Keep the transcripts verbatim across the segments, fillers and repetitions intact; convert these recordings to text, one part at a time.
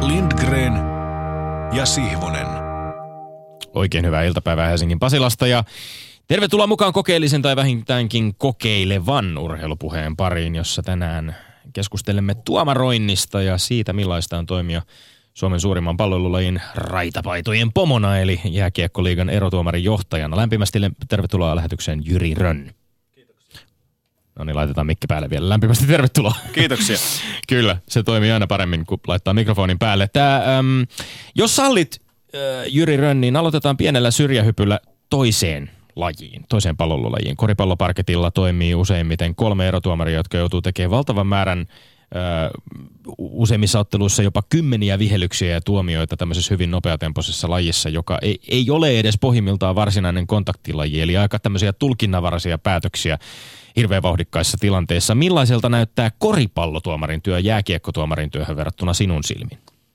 Lindgren ja Sihvonen. Oikein hyvää iltapäivää Helsingin Pasilasta ja tervetuloa mukaan kokeellisen tai vähintäänkin kokeilevan urheilupuheen pariin, jossa tänään keskustelemme tuomaroinnista ja siitä, millaista on toimia Suomen suurimman palloilulajin raitapaitojen pomona, eli jääkiekkoliigan erotuomarin johtajana. Lämpimästi tervetuloa lähetykseen Jyri Rönn. Kiitoksia. No niin, laitetaan mikki päälle vielä. Lämpimästi tervetuloa. Kiitoksia. Kyllä, se toimii aina paremmin, kun laittaa mikrofonin päälle. Tää, äm, jos sallit, äh, Jyri Rönn, niin aloitetaan pienellä syrjähypyllä toiseen lajiin, toiseen pallolulajiin. Koripalloparketilla toimii useimmiten kolme erotuomaria, jotka joutuu tekemään valtavan määrän Uh, useimmissa otteluissa jopa kymmeniä vihelyksiä ja tuomioita tämmöisessä hyvin nopeatempoisessa lajissa, joka ei, ei ole edes pohjimmiltaan varsinainen kontaktilaji, eli aika tämmöisiä tulkinnanvaraisia päätöksiä hirveän vauhdikkaissa tilanteissa. Millaiselta näyttää koripallotuomarin työ jääkiekkotuomarin työhön verrattuna sinun silmin?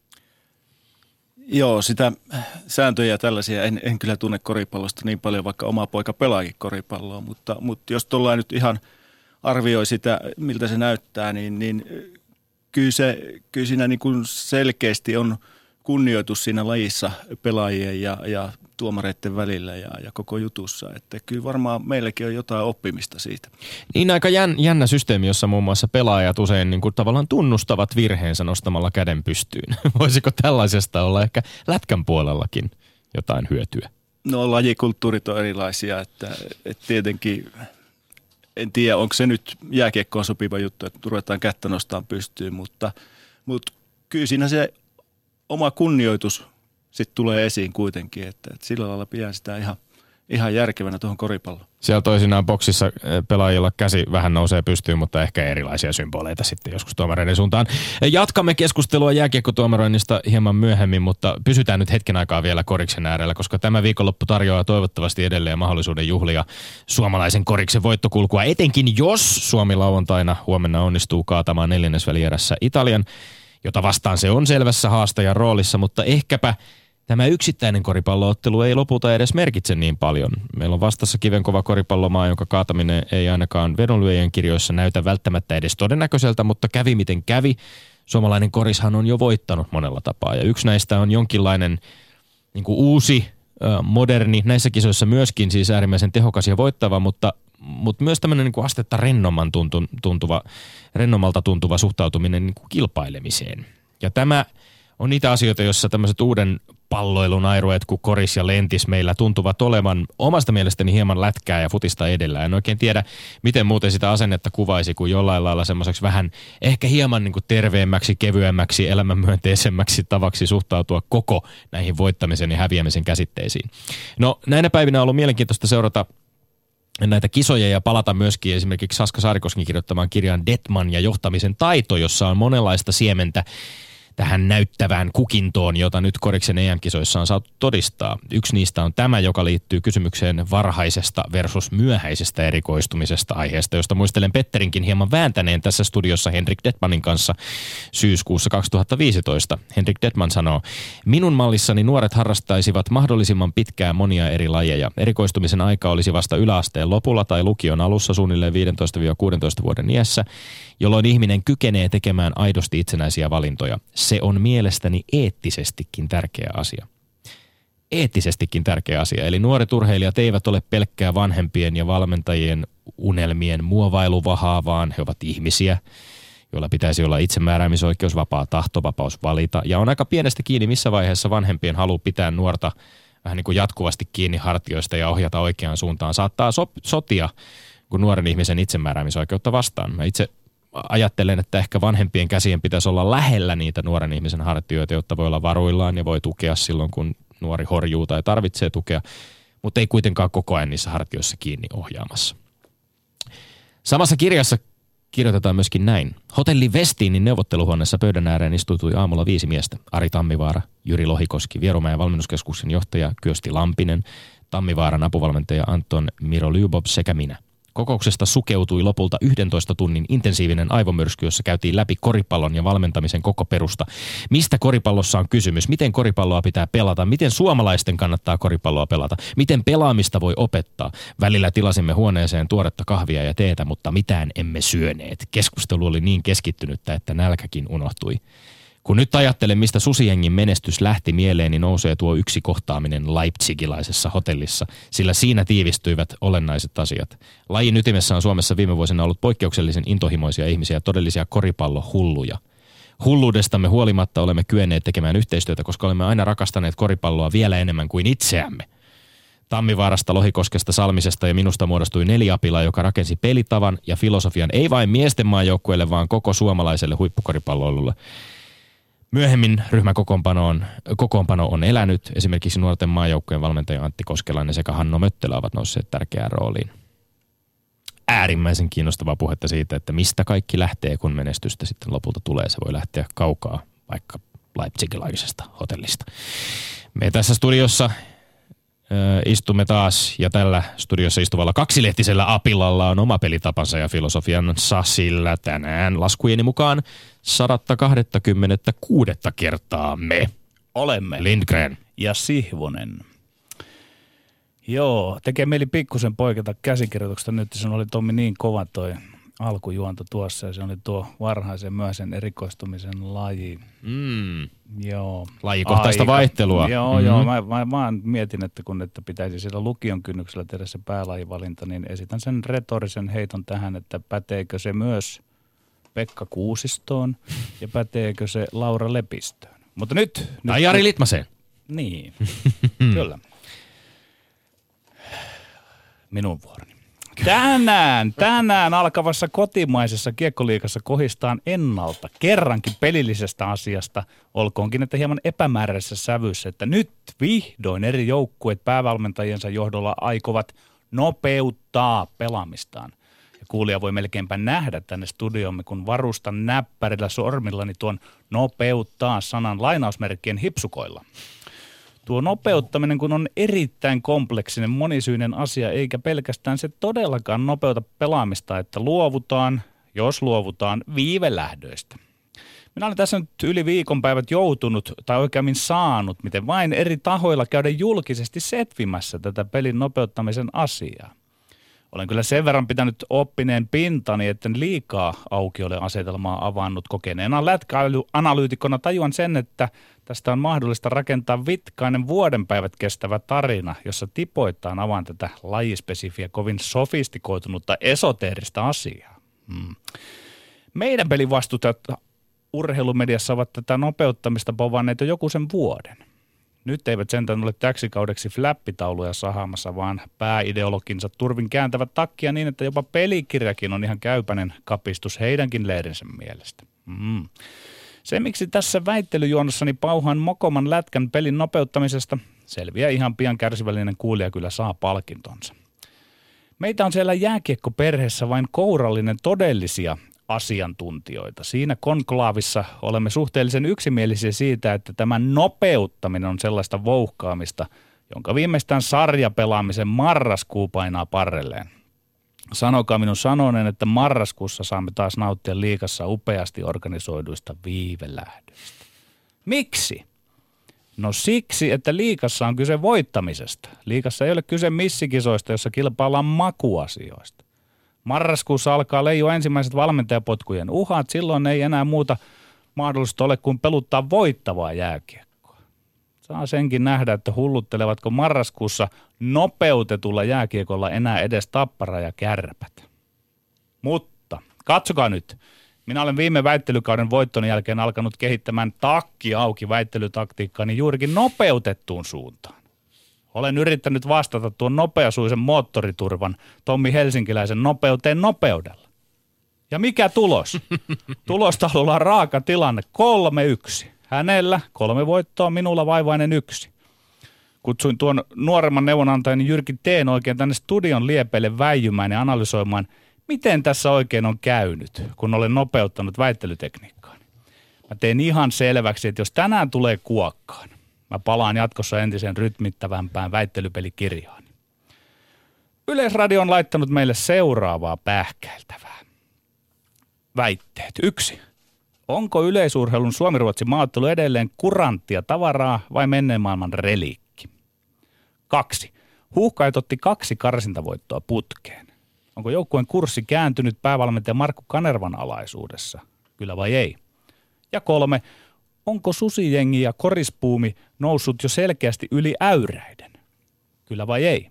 Joo, sitä sääntöjä ja tällaisia en, en kyllä tunne koripallosta niin paljon, vaikka oma poika pelaakin koripalloa, mutta, mutta jos tuollain nyt ihan arvioi sitä, miltä se näyttää, niin, niin kyllä, se, kyllä siinä niin kuin selkeästi on kunnioitus siinä lajissa pelaajien ja, ja tuomareiden välillä ja, ja koko jutussa. Että kyllä varmaan meilläkin on jotain oppimista siitä. Niin aika jän, jännä systeemi, jossa muun muassa pelaajat usein niin kuin tavallaan tunnustavat virheensä nostamalla käden pystyyn. Voisiko tällaisesta olla ehkä lätkän puolellakin jotain hyötyä? No lajikulttuurit on erilaisia, että, että tietenkin... En tiedä, onko se nyt jääkiekkoon sopiva juttu, että ruvetaan kättä nostamaan pystyyn, mutta, mutta kyllä siinä se oma kunnioitus sitten tulee esiin kuitenkin, että, että sillä lailla pidän sitä ihan, ihan järkevänä tuohon koripalloon. Siellä toisinaan boksissa pelaajilla käsi vähän nousee pystyyn, mutta ehkä erilaisia symboleita sitten joskus tuomareiden suuntaan. Jatkamme keskustelua jääkiekkotuomaroinnista hieman myöhemmin, mutta pysytään nyt hetken aikaa vielä koriksen äärellä, koska tämä viikonloppu tarjoaa toivottavasti edelleen mahdollisuuden juhlia suomalaisen koriksen voittokulkua, etenkin jos Suomi lauantaina huomenna onnistuu kaatamaan neljännesvälierässä Italian, jota vastaan se on selvässä haastajan roolissa, mutta ehkäpä tämä yksittäinen koripalloottelu ei lopulta edes merkitse niin paljon. Meillä on vastassa kivenkova koripallomaa, jonka kaataminen ei ainakaan vedonlyöjien kirjoissa näytä välttämättä edes todennäköiseltä, mutta kävi miten kävi. Suomalainen korishan on jo voittanut monella tapaa ja yksi näistä on jonkinlainen niin kuin uusi, moderni, näissä kisoissa myöskin siis äärimmäisen tehokas ja voittava, mutta, mutta myös tämmöinen niin kuin astetta rennomman tuntuva, rennommalta tuntuva suhtautuminen niin kuin kilpailemiseen. Ja tämä on niitä asioita, joissa tämmöiset uuden palloilun airueet kuin koris ja lentis meillä tuntuvat olevan omasta mielestäni hieman lätkää ja futista edellä. En oikein tiedä, miten muuten sitä asennetta kuvaisi kuin jollain lailla semmoiseksi vähän ehkä hieman niin kuin terveemmäksi, kevyemmäksi, elämänmyönteisemmäksi tavaksi suhtautua koko näihin voittamisen ja häviämisen käsitteisiin. No näinä päivinä on ollut mielenkiintoista seurata näitä kisoja ja palata myöskin esimerkiksi Saska Saarikosken kirjoittamaan kirjaan Detman ja johtamisen taito, jossa on monenlaista siementä tähän näyttävään kukintoon, jota nyt koriksen E M-kisoissa on saatu todistaa. Yksi niistä on tämä, joka liittyy kysymykseen varhaisesta versus myöhäisestä erikoistumisesta aiheesta, josta muistelen Petterinkin hieman vääntäneen tässä studiossa Henrik Detmanin kanssa syyskuussa kaksituhattaviisitoista. Henrik Detman sanoo, minun mallissani nuoret harrastaisivat mahdollisimman pitkään monia eri lajeja. Erikoistumisen aika olisi vasta yläasteen lopulla tai lukion alussa suunnilleen viisitoista kuusitoista vuoden iässä, jolloin ihminen kykenee tekemään aidosti itsenäisiä valintoja. Se on mielestäni eettisestikin tärkeä asia. Eettisestikin tärkeä asia. Eli nuoret urheilijat eivät ole pelkkää vanhempien ja valmentajien unelmien muovailuvahaa, vaan he ovat ihmisiä, joilla pitäisi olla itsemääräämisoikeus, vapaa tahto, vapaus valita. Ja on aika pienestä kiinni, missä vaiheessa vanhempien halu pitää nuorta vähän niin kuin jatkuvasti kiinni hartioista ja ohjata oikeaan suuntaan. Saattaa so- sotia kuin nuoren ihmisen itsemääräämisoikeutta vastaan. Mä itse ajattelen, että ehkä vanhempien käsien pitäisi olla lähellä niitä nuoren ihmisen hartioita, jotta voi olla varuillaan ja voi tukea silloin, kun nuori horjuu tai tarvitsee tukea, mutta ei kuitenkaan koko ajan niissä hartioissa kiinni ohjaamassa. Samassa kirjassa kirjoitetaan myöskin näin. Hotelli Westinin neuvotteluhuoneessa pöydän ääreen istutui aamulla viisi miestä. Ari Tammivaara, Jyri Lohikoski, Vierumäen valmennuskeskuksen johtaja Kyösti Lampinen, Tammivaaran apuvalmentaja Anton Miroljubov sekä minä. Kokouksesta sukeutui lopulta yhdentoista tunnin intensiivinen aivomyrsky, jossa käytiin läpi koripallon ja valmentamisen koko perusta. Mistä koripallossa on kysymys? Miten koripalloa pitää pelata? Miten suomalaisten kannattaa koripalloa pelata? Miten pelaamista voi opettaa? Välillä tilasimme huoneeseen tuoretta kahvia ja teetä, mutta mitään emme syöneet. Keskustelu oli niin keskittynyttä, että nälkäkin unohtui. Kun nyt ajattelen, mistä susijengin menestys lähti mieleen, niin nousee tuo yksi kohtaaminen leipzigilaisessa hotellissa, sillä siinä tiivistyivät olennaiset asiat. Lajin ytimessä on Suomessa viime vuosina ollut poikkeuksellisen intohimoisia ihmisiä, todellisia koripallohulluja. Hulluudestamme huolimatta olemme kyenneet tekemään yhteistyötä, koska olemme aina rakastaneet koripalloa vielä enemmän kuin itseämme. Tammivaarasta, Lohikoskesta, Salmisesta ja minusta muodostui neliapila, joka rakensi pelitavan ja filosofian ei vain miesten maajoukkueelle, vaan koko suomalaiselle huippukoripalloilulle. Myöhemmin ryhmäkokoonpano on, kokoonpano on elänyt. Esimerkiksi nuorten maajoukkueen valmentaja Antti Koskelainen sekä Hanno Möttölä ovat nousseet tärkeään rooliin. Äärimmäisen kiinnostavaa puhetta siitä, että mistä kaikki lähtee, kun menestystä sitten lopulta tulee. Se voi lähteä kaukaa, vaikka leipzigilaisesta hotellista. Me tässä studiossa istumme taas, ja tällä studiossa istuvalla kaksilehtisellä apilalla on oma pelitapansa ja filosofiansa, sillä tänään laskujeni mukaan sata kaksikymmentäkuusi kertaa me olemme Lindgren ja Sihvonen. Joo, tekee mieli pikkusen poiketa käsikirjoituksesta nyt, se oli Tommi niin kova toi alkujuonto tuossa, ja se oli tuo varhaisen myöhäisen erikoistumisen laji. Mm. Joo. Lajikohtaista Aika. vaihtelua. Joo, mm-hmm. joo. Mä, mä vaan mietin, että kun että pitäisi siellä lukion kynnyksellä tehdä se päälajivalinta, niin esitän sen retorisen heiton tähän, että päteekö se myös Pekka Kuusistoon ja päteekö se Laura Lepistöön. Mutta nyt... Tai Jari Litmaseen. Niin, kyllä. Minun vuoroni. Tänään, tänään alkavassa kotimaisessa kiekkoliigassa kohistaan ennalta kerrankin pelillisestä asiasta, olkoonkin että hieman epämääräisessä sävyssä, että nyt vihdoin eri joukkueet päävalmentajiensa johdolla aikovat nopeuttaa pelaamistaan. Ja kuulija voi melkeinpä nähdä tänne studiomme, kun varustan näppärillä sormillani tuon nopeuttaa sanan lainausmerkkien hipsukoilla. Tuo nopeuttaminen, kun on erittäin kompleksinen, monisyinen asia, eikä pelkästään se todellakaan nopeuta pelaamista, että luovutaan, jos luovutaan, viivelähdöistä. Minä olen tässä nyt yli viikonpäivät joutunut, tai oikeammin saanut, miten vain eri tahoilla käydä julkisesti setvimässä tätä pelin nopeuttamisen asiaa. Olen kyllä sen verran pitänyt oppineen pintani, etten liikaa auki ole asetelmaa avannut kokeneena lätkäanalyytikkona tajuan sen, että tästä on mahdollista rakentaa vitkainen vuodenpäivät kestävä tarina, jossa tipoittain avaan tätä lajispesifiä kovin sofistikoitunutta esoteerista asiaa. Hmm. Meidän pelin vastuutajat urheilumediassa ovat tätä nopeuttamista povanneet jo joku sen vuoden. Nyt eivät sentään ole täksi kaudeksi flappitauluja sahaamassa, vaan pääideologinsa turvin kääntävät takkia niin, että jopa pelikirjakin on ihan käypäinen kapistus heidänkin leirinsä mielestä. Mm. Se, miksi tässä väittelyjuonnossani pauhaan mokoman lätkän pelin nopeuttamisesta, selviää ihan pian kärsivällinen kuulija kyllä saa palkintonsa. Meitä on siellä jääkiekkoperheessä vain kourallinen todellisia asiantuntijoita. Siinä konklaavissa olemme suhteellisen yksimielisiä siitä, että tämä nopeuttaminen on sellaista vouhkaamista, jonka viimeistään sarjapelaamisen marraskuu painaa parrelleen. Sanokaa minun sanoneen, että marraskuussa saamme taas nauttia liigassa upeasti organisoiduista viivelähdöistä. Miksi? No siksi, että liigassa on kyse voittamisesta. Liigassa ei ole kyse missikisoista, jossa kilpaillaan makuasioista. Marraskuussa alkaa leijua ensimmäiset valmentajapotkujen uhat, silloin ei enää muuta mahdollista ole kuin peluttaa voittavaa jääkiekkoa. Saa senkin nähdä, että hulluttelevatko marraskuussa nopeutetulla jääkiekolla enää edes Tappara ja Kärpät. Mutta katsokaa nyt, minä olen viime väittelykauden voitton jälkeen alkanut kehittämään takki auki väittelytaktiikkaani juurikin nopeutettuun suuntaan. Olen yrittänyt vastata tuon nopeasuisen moottoriturvan Tommi Helsinkiläisen nopeuteen nopeudella. Ja mikä tulos? Tulostaululla on raaka tilanne kolme yksi. Hänellä kolme voittoa, minulla vaivainen yksi. Kutsuin tuon nuoremman neuvonantajani Jyrki Teen oikein tänne studion liepeille väijymään ja analysoimaan, miten tässä oikein on käynyt, kun olen nopeuttanut väittelytekniikkaani. Mä tein ihan selväksi, että jos tänään tulee kuokkaan, mä palaan jatkossa entisen rytmittävämpään väittelypelikirjaan. Yleisradio on laittanut meille seuraavaa pähkäiltävää. Väitteet. Yksi. Onko yleisurheilun Suomi-Ruotsi maaottelu edelleen kuranttia tavaraa vai menneen maailman reliikki? Kaksi. Huuhkajat otti kaksi karsintavoittoa putkeen. Onko joukkueen kurssi kääntynyt päävalmentaja Markku Kanervan alaisuudessa? Kyllä vai ei? Ja kolme. onko susijengi ja korispuumi noussut jo selkeästi yli äyräiden? Kyllä vai ei?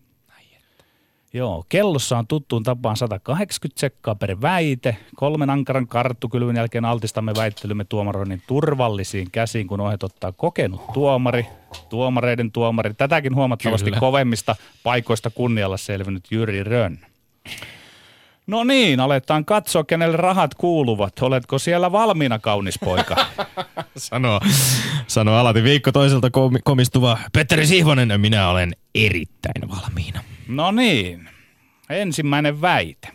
Joo, kellossa on tuttuun tapaan sata kahdeksankymmentä sekkaa per väite. Kolmen ankaran karttukylvyn jälkeen altistamme väittelymme tuomaroinnin turvallisiin käsiin, kun ohjet ottaa kokenut tuomari, tuomareiden tuomari, tätäkin huomattavasti Kyllä. kovemmista paikoista kunnialla selvinnyt Jyri Rönn. No niin, aletaan katsoa, kenelle rahat kuuluvat. Oletko siellä valmiina, kaunis poika? Sano, sano alati viikko toiselta komistuva Petteri Sihvonen. Minä olen erittäin valmiina. No niin, ensimmäinen väite.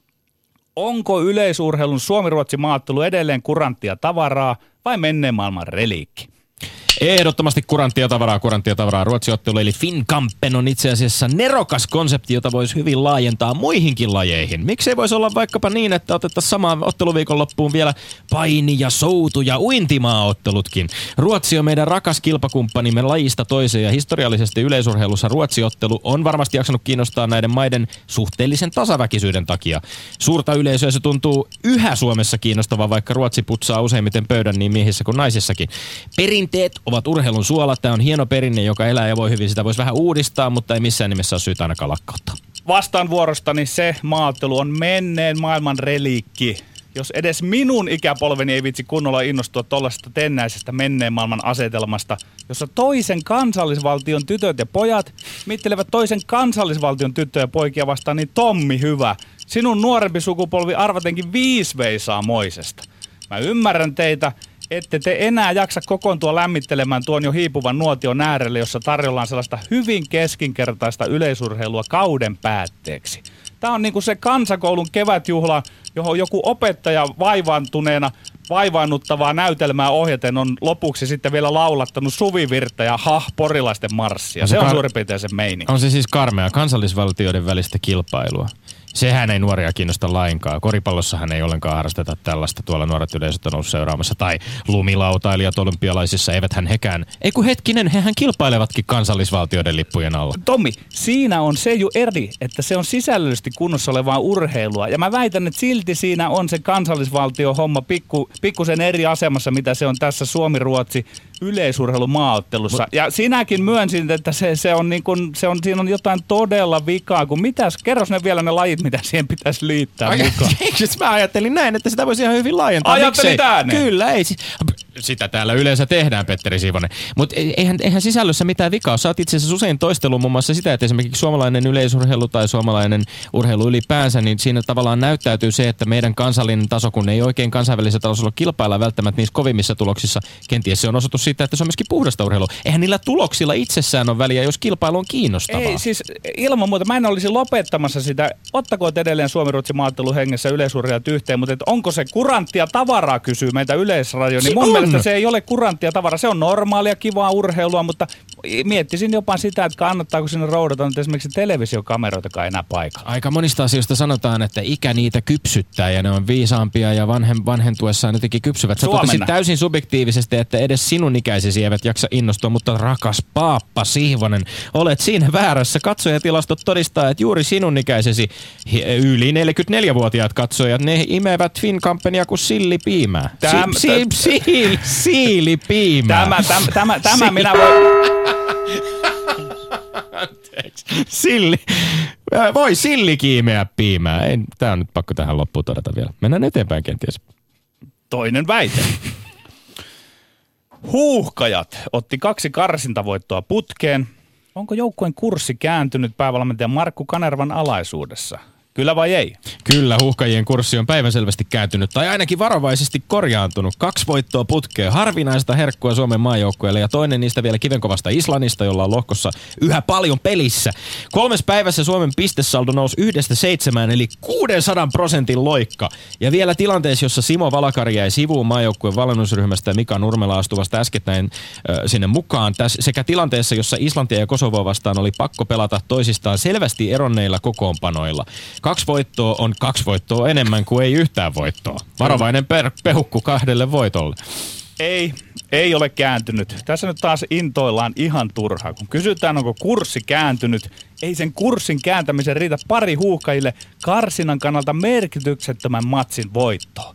Onko yleisurheilun Suomi-Ruotsi maaottelu edelleen kuranttia tavaraa vai menneen maailman reliikki? Ehdottomasti kuranttia tavaraa, kuranttia tavaraa. Ruotsiottelu eli Finnkampen on itse asiassa nerokas konsepti, jota voisi hyvin laajentaa muihinkin lajeihin. Miksei voisi olla vaikkapa niin, että otettaisiin samaan otteluviikonloppuun vielä paini- ja soutu- ja uintimaaottelutkin. Ruotsi on meidän rakas kilpakumppanimme lajista toiseen ja historiallisesti yleisurheilussa ruotsiottelu on varmasti jaksanut kiinnostaa näiden maiden suhteellisen tasaväkisyyden takia. Suurta yleisöä se tuntuu yhä Suomessa kiinnostavaa, vaikka Ruotsi putsaa useimmiten pöydän niin miehissä kuin naisissakin. Perinteet ovat urheilun suola. Tämä on hieno perinne, joka elää ja voi hyvin. Sitä voisi vähän uudistaa, mutta ei missään nimessä ole syytä ainakaan lakkauttaa. Vastaan vuorostani se maaottelu on menneen maailman reliikki. Jos edes minun ikäpolveni ei vitsi kunnolla innostua tuollaisesta tennäisestä menneen maailman asetelmasta, jossa toisen kansallisvaltion tytöt ja pojat mittelevät toisen kansallisvaltion tyttöjä ja poikia vastaan, niin Tommi hyvä. Sinun nuorempi sukupolvi arvatenkin viisi veisaa moisesta. Mä ymmärrän teitä. Ette te enää jaksa kokoontua lämmittelemään tuon jo hiipuvan nuotion äärelle, jossa tarjollaan sellaista hyvin keskinkertaista yleisurheilua kauden päätteeksi. Tämä on niin kuin se kansakoulun kevätjuhla, johon joku opettaja vaivaantuneena vaivaannuttavaa näytelmää ohjaten on lopuksi sitten vielä laulattanut suvivirttä ja hah, porilaisten marssia. Se, se on kar- suurin piirtein se meininki. On se siis karmea kansallisvaltioiden välistä kilpailua. Sehän ei nuoria kiinnosta lainkaan. Koripallossahan ei ollenkaan harrasteta tällaista. Tuolla nuoret yleisöt on ollut seuraamassa. Tai lumilautailijat olympialaisissa, eiväthän hekään. Ei kun hetkinen, hehän kilpailevatkin kansallisvaltioiden lippujen alla. Tommi, siinä on se jo eri, että se on sisällöllisesti kunnossa olevaa urheilua. Ja mä väitän, että silti siinä on se kansallisvaltio-homma pikku, pikkusen eri asemassa, mitä se on tässä Suomi-Ruotsi yleisurheilumaaottelussa. Mut, ja sinäkin myönsin, että se, se on niin kuin, se on, siinä on jotain todella vikaa. Kun mitäs, kerros ne vielä ne lajit, mitä siihen pitäisi liittää Ai, mukaan. Eikö mä ajattelin näin, että sitä voisi ihan hyvin laajentaa. Ajattelin ääneen. Kyllä, ei. Sitä täällä yleensä tehdään, Petteri Siivonen. Mutta eihän, eihän sisällössä mitään vikaa. Sä oot itse asiassa usein toistellut muun muassa sitä, että esimerkiksi suomalainen yleisurheilu tai suomalainen urheilu ylipäänsä, niin siinä tavallaan näyttäytyy se, että meidän kansallinen taso, kun ei oikein kansainvälisellä tasolla kilpailla välttämättä niissä kovimmissa tuloksissa, kenties se on osoitus siitä, että se on myöskin puhdasta urheilua. Eihän niillä tuloksilla itsessään on väliä, jos kilpailu on kiinnostavaa. Ei, siis ilman muuta. Mä en olisi lopettamassa sitä. Ottakoon edelleen Suomi-Ruotsi maaottelu hengessä yleisurheilijat yhteen, mutta onko se kuranttia tavaraa, kysyy meitä Yleisradio, niin mun mielestä se ei ole kuranttia tavaraa. Se on normaalia, kivaa urheilua, mutta miettisin jopa sitä, että kannattaako sinne roudata nyt esimerkiksi televisiokameroitakaan enää paikalla. Aika monista asioista sanotaan, että ikä niitä kypsyttää ja ne on viisaampia ja vanhen, vanhentuessaan jotenkin kypsyvät. Sä totesit täysin subjektiivisesti, että edes sinun ikäisesi eivät jaksa innostua, mutta rakas Paappa Sihvonen, olet siinä väärässä. Katsojatilastot todistaa, että juuri sinun ikäisesi yli neljäkymmentäneljävuotiaat katsojat, ne imevät Finnkampenia kuin sillipiimää. Täm, si, si, si, siilipiimää. Tämä, tämä, tämä, tämä minä voin... Silli. Voi sillikiimeä piimää. Ei, tää on nyt pakko tähän loppuun todeta vielä. Mennään eteenpäin kenties. Toinen väite. Huuhkajat otti kaksi karsintavoittoa putkeen. Onko joukkueen kurssi kääntynyt päävalmentaja Markku Kanervan alaisuudessa? Kyllä vai ei? Kyllä, huuhkajien kurssi on päivänselvästi kääntynyt tai ainakin varovaisesti korjaantunut. Kaksi voittoa putkeen, harvinaista herkkua Suomen maajoukkueelle ja toinen niistä vielä kivenkovasta Islannista, jolla on lohkossa yhä paljon pelissä. Kolmes päivässä Suomen pistesaldo nousi yhdestä seitsemään eli kuudensadan prosentin loikka. Ja vielä tilanteessa, jossa Simo Valakari jäi sivuun maajoukkueen valmennusryhmästä ja Mika Nurmela astuvasta äskettäin äh, sinne mukaan. Täs, sekä tilanteessa, jossa Islantia ja Kosovoa vastaan oli pakko pelata toisistaan selvästi eronneilla kokoonpanoilla. Kaksi voittoa on kaksi voittoa enemmän kuin ei yhtään voittoa. Varovainen per, pehukku kahdelle voitolle. Ei, ei ole kääntynyt. Tässä nyt taas intoillaan ihan turhaa. Kun kysytään, onko kurssi kääntynyt, ei sen kurssin kääntämisen riitä pari huuhkajille karsinan kannalta merkityksettömän matsin voittoa.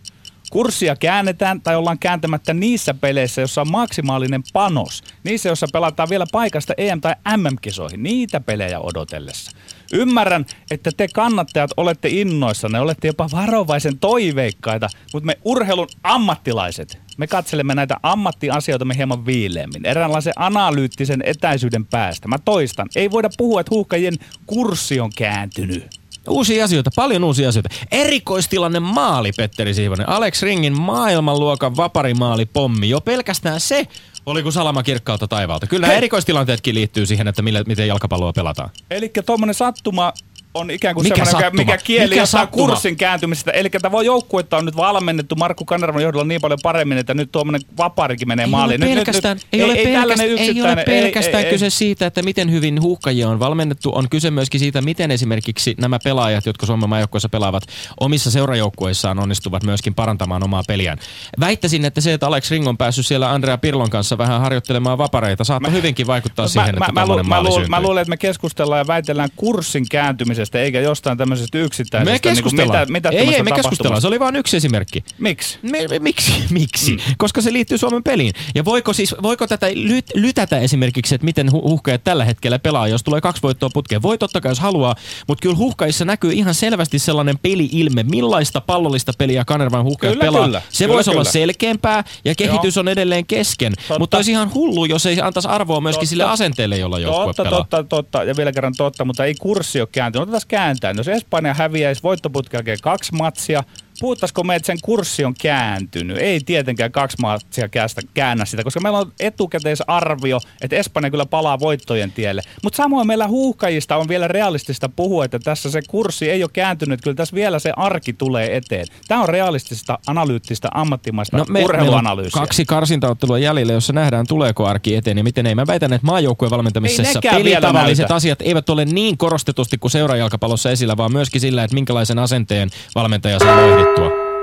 Kurssia käännetään tai ollaan kääntämättä niissä peleissä, jossa on maksimaalinen panos. Niissä, joissa pelataan vielä paikasta E M- tai M M-kisoihin. Niitä pelejä odotellessa. Ymmärrän, että te kannattajat olette innoissanne, olette jopa varovaisen toiveikkaita, mutta me urheilun ammattilaiset, me katselemme näitä ammattiasioita me hieman viileemmin, eräänlaisen analyyttisen etäisyyden päästä. Mä toistan, ei voida puhua, että huuhkajien kurssi on kääntynyt. Uusia asioita, paljon uusia asioita. Erikoistilanne maali, Petteri Sihvonen. Alex Ringin maailmanluokan vaparimaali pommi. Jo pelkästään se oli kuin salama kirkkaalta taivaalta. Kyllä nämä erikoistilanteetkin liittyy siihen, että millä, miten jalkapalloa pelataan. Elikkä tuommoinen sattuma on ikään kuin mikä semmoinen, sattuma? mikä kieli mikä jostain sattuma? kurssin kääntymisestä. Eli tämä joukkuetta on nyt valmennettu Markku Kanervan johdolla niin paljon paremmin, että nyt tuommoinen vaparikin menee ei maaliin. Ole nyt, pelkästään, nyt, ei, ei, ole ei, pelkästään, ei, ei ole pelkästään ei, kyse ei, siitä, että miten hyvin huuhkajia on valmennettu. On kyse myöskin siitä, miten esimerkiksi nämä pelaajat, jotka Suomen maajoukkueessa pelaavat, omissa seurajoukkueissaan onnistuvat myöskin parantamaan omaa peliään. Väittäisin, että se, että Alex Ring on päässyt siellä Andrea Pirlon kanssa vähän harjoittelemaan vapareita, saattaa mä, hyvinkin vaikuttaa mä, siihen, mä, että mä, tuommoinen mä, maali mä, syntyy. mä luulen, että me keskustellaan ja väitellään kurssin kääntymisestä, eikä jostain tämmöisestä yksittäisestä. Me keskustellaan. Niin mitä, mitä ei, ei, me keskustellaan. Se oli vain yksi esimerkki. Miksi? Me, me, miksi? Miksi? Mm. Koska se liittyy Suomen peliin. Ja voiko siis, voiko tätä lyt, lytätä esimerkiksi, että miten hu- huuhkajat tällä hetkellä pelaa, jos tulee kaksi voittoa putkeen? Voi totta kai, jos haluaa, mutta kyllä huuhkajissa näkyy ihan selvästi sellainen peli-ilme, millaista pallollista peliä Kanervan huuhkajat kyllä, pelaa. Kyllä, se kyllä, voisi kyllä. olla selkeämpää ja kehitys Joo. on edelleen kesken. Totta. Mutta olisi ihan hullu, jos ei antaisi arvoa myöskin totta. Sille asenteelle, jolla joukkue totta, pelaa. Totta, totta, ja vielä kerran totta, mutta ei kurssi ole kääntynyt. Otetaan kääntää. Jos Espanja häviäisi voittoputken jälkeen kaksi matsia, puhuttaisiko me, että sen kurssi on kääntynyt? Ei tietenkään kaksi matsia käännä sitä, koska meillä on etukäteisarvio, että Espanja kyllä palaa voittojen tielle. Mutta samoin meillä huuhkajista on vielä realistista puhua, että tässä se kurssi ei ole kääntynyt, kyllä tässä vielä se arki tulee eteen. Tämä on realistista, analyyttistä, ammattimaista no, me, urheiluanalyysiä. Kaksi karsintaottelua jäljellä, jossa nähdään tuleeko arki eteen ja miten ei. Mä väitän, että maajoukkueen valmentamisessa pelitavalliset asiat eivät ole niin korostetusti kuin seurajalkapallossa esillä, vaan myöskin sillä, että minkälaisen asenteen valmentaja saa loihdittua.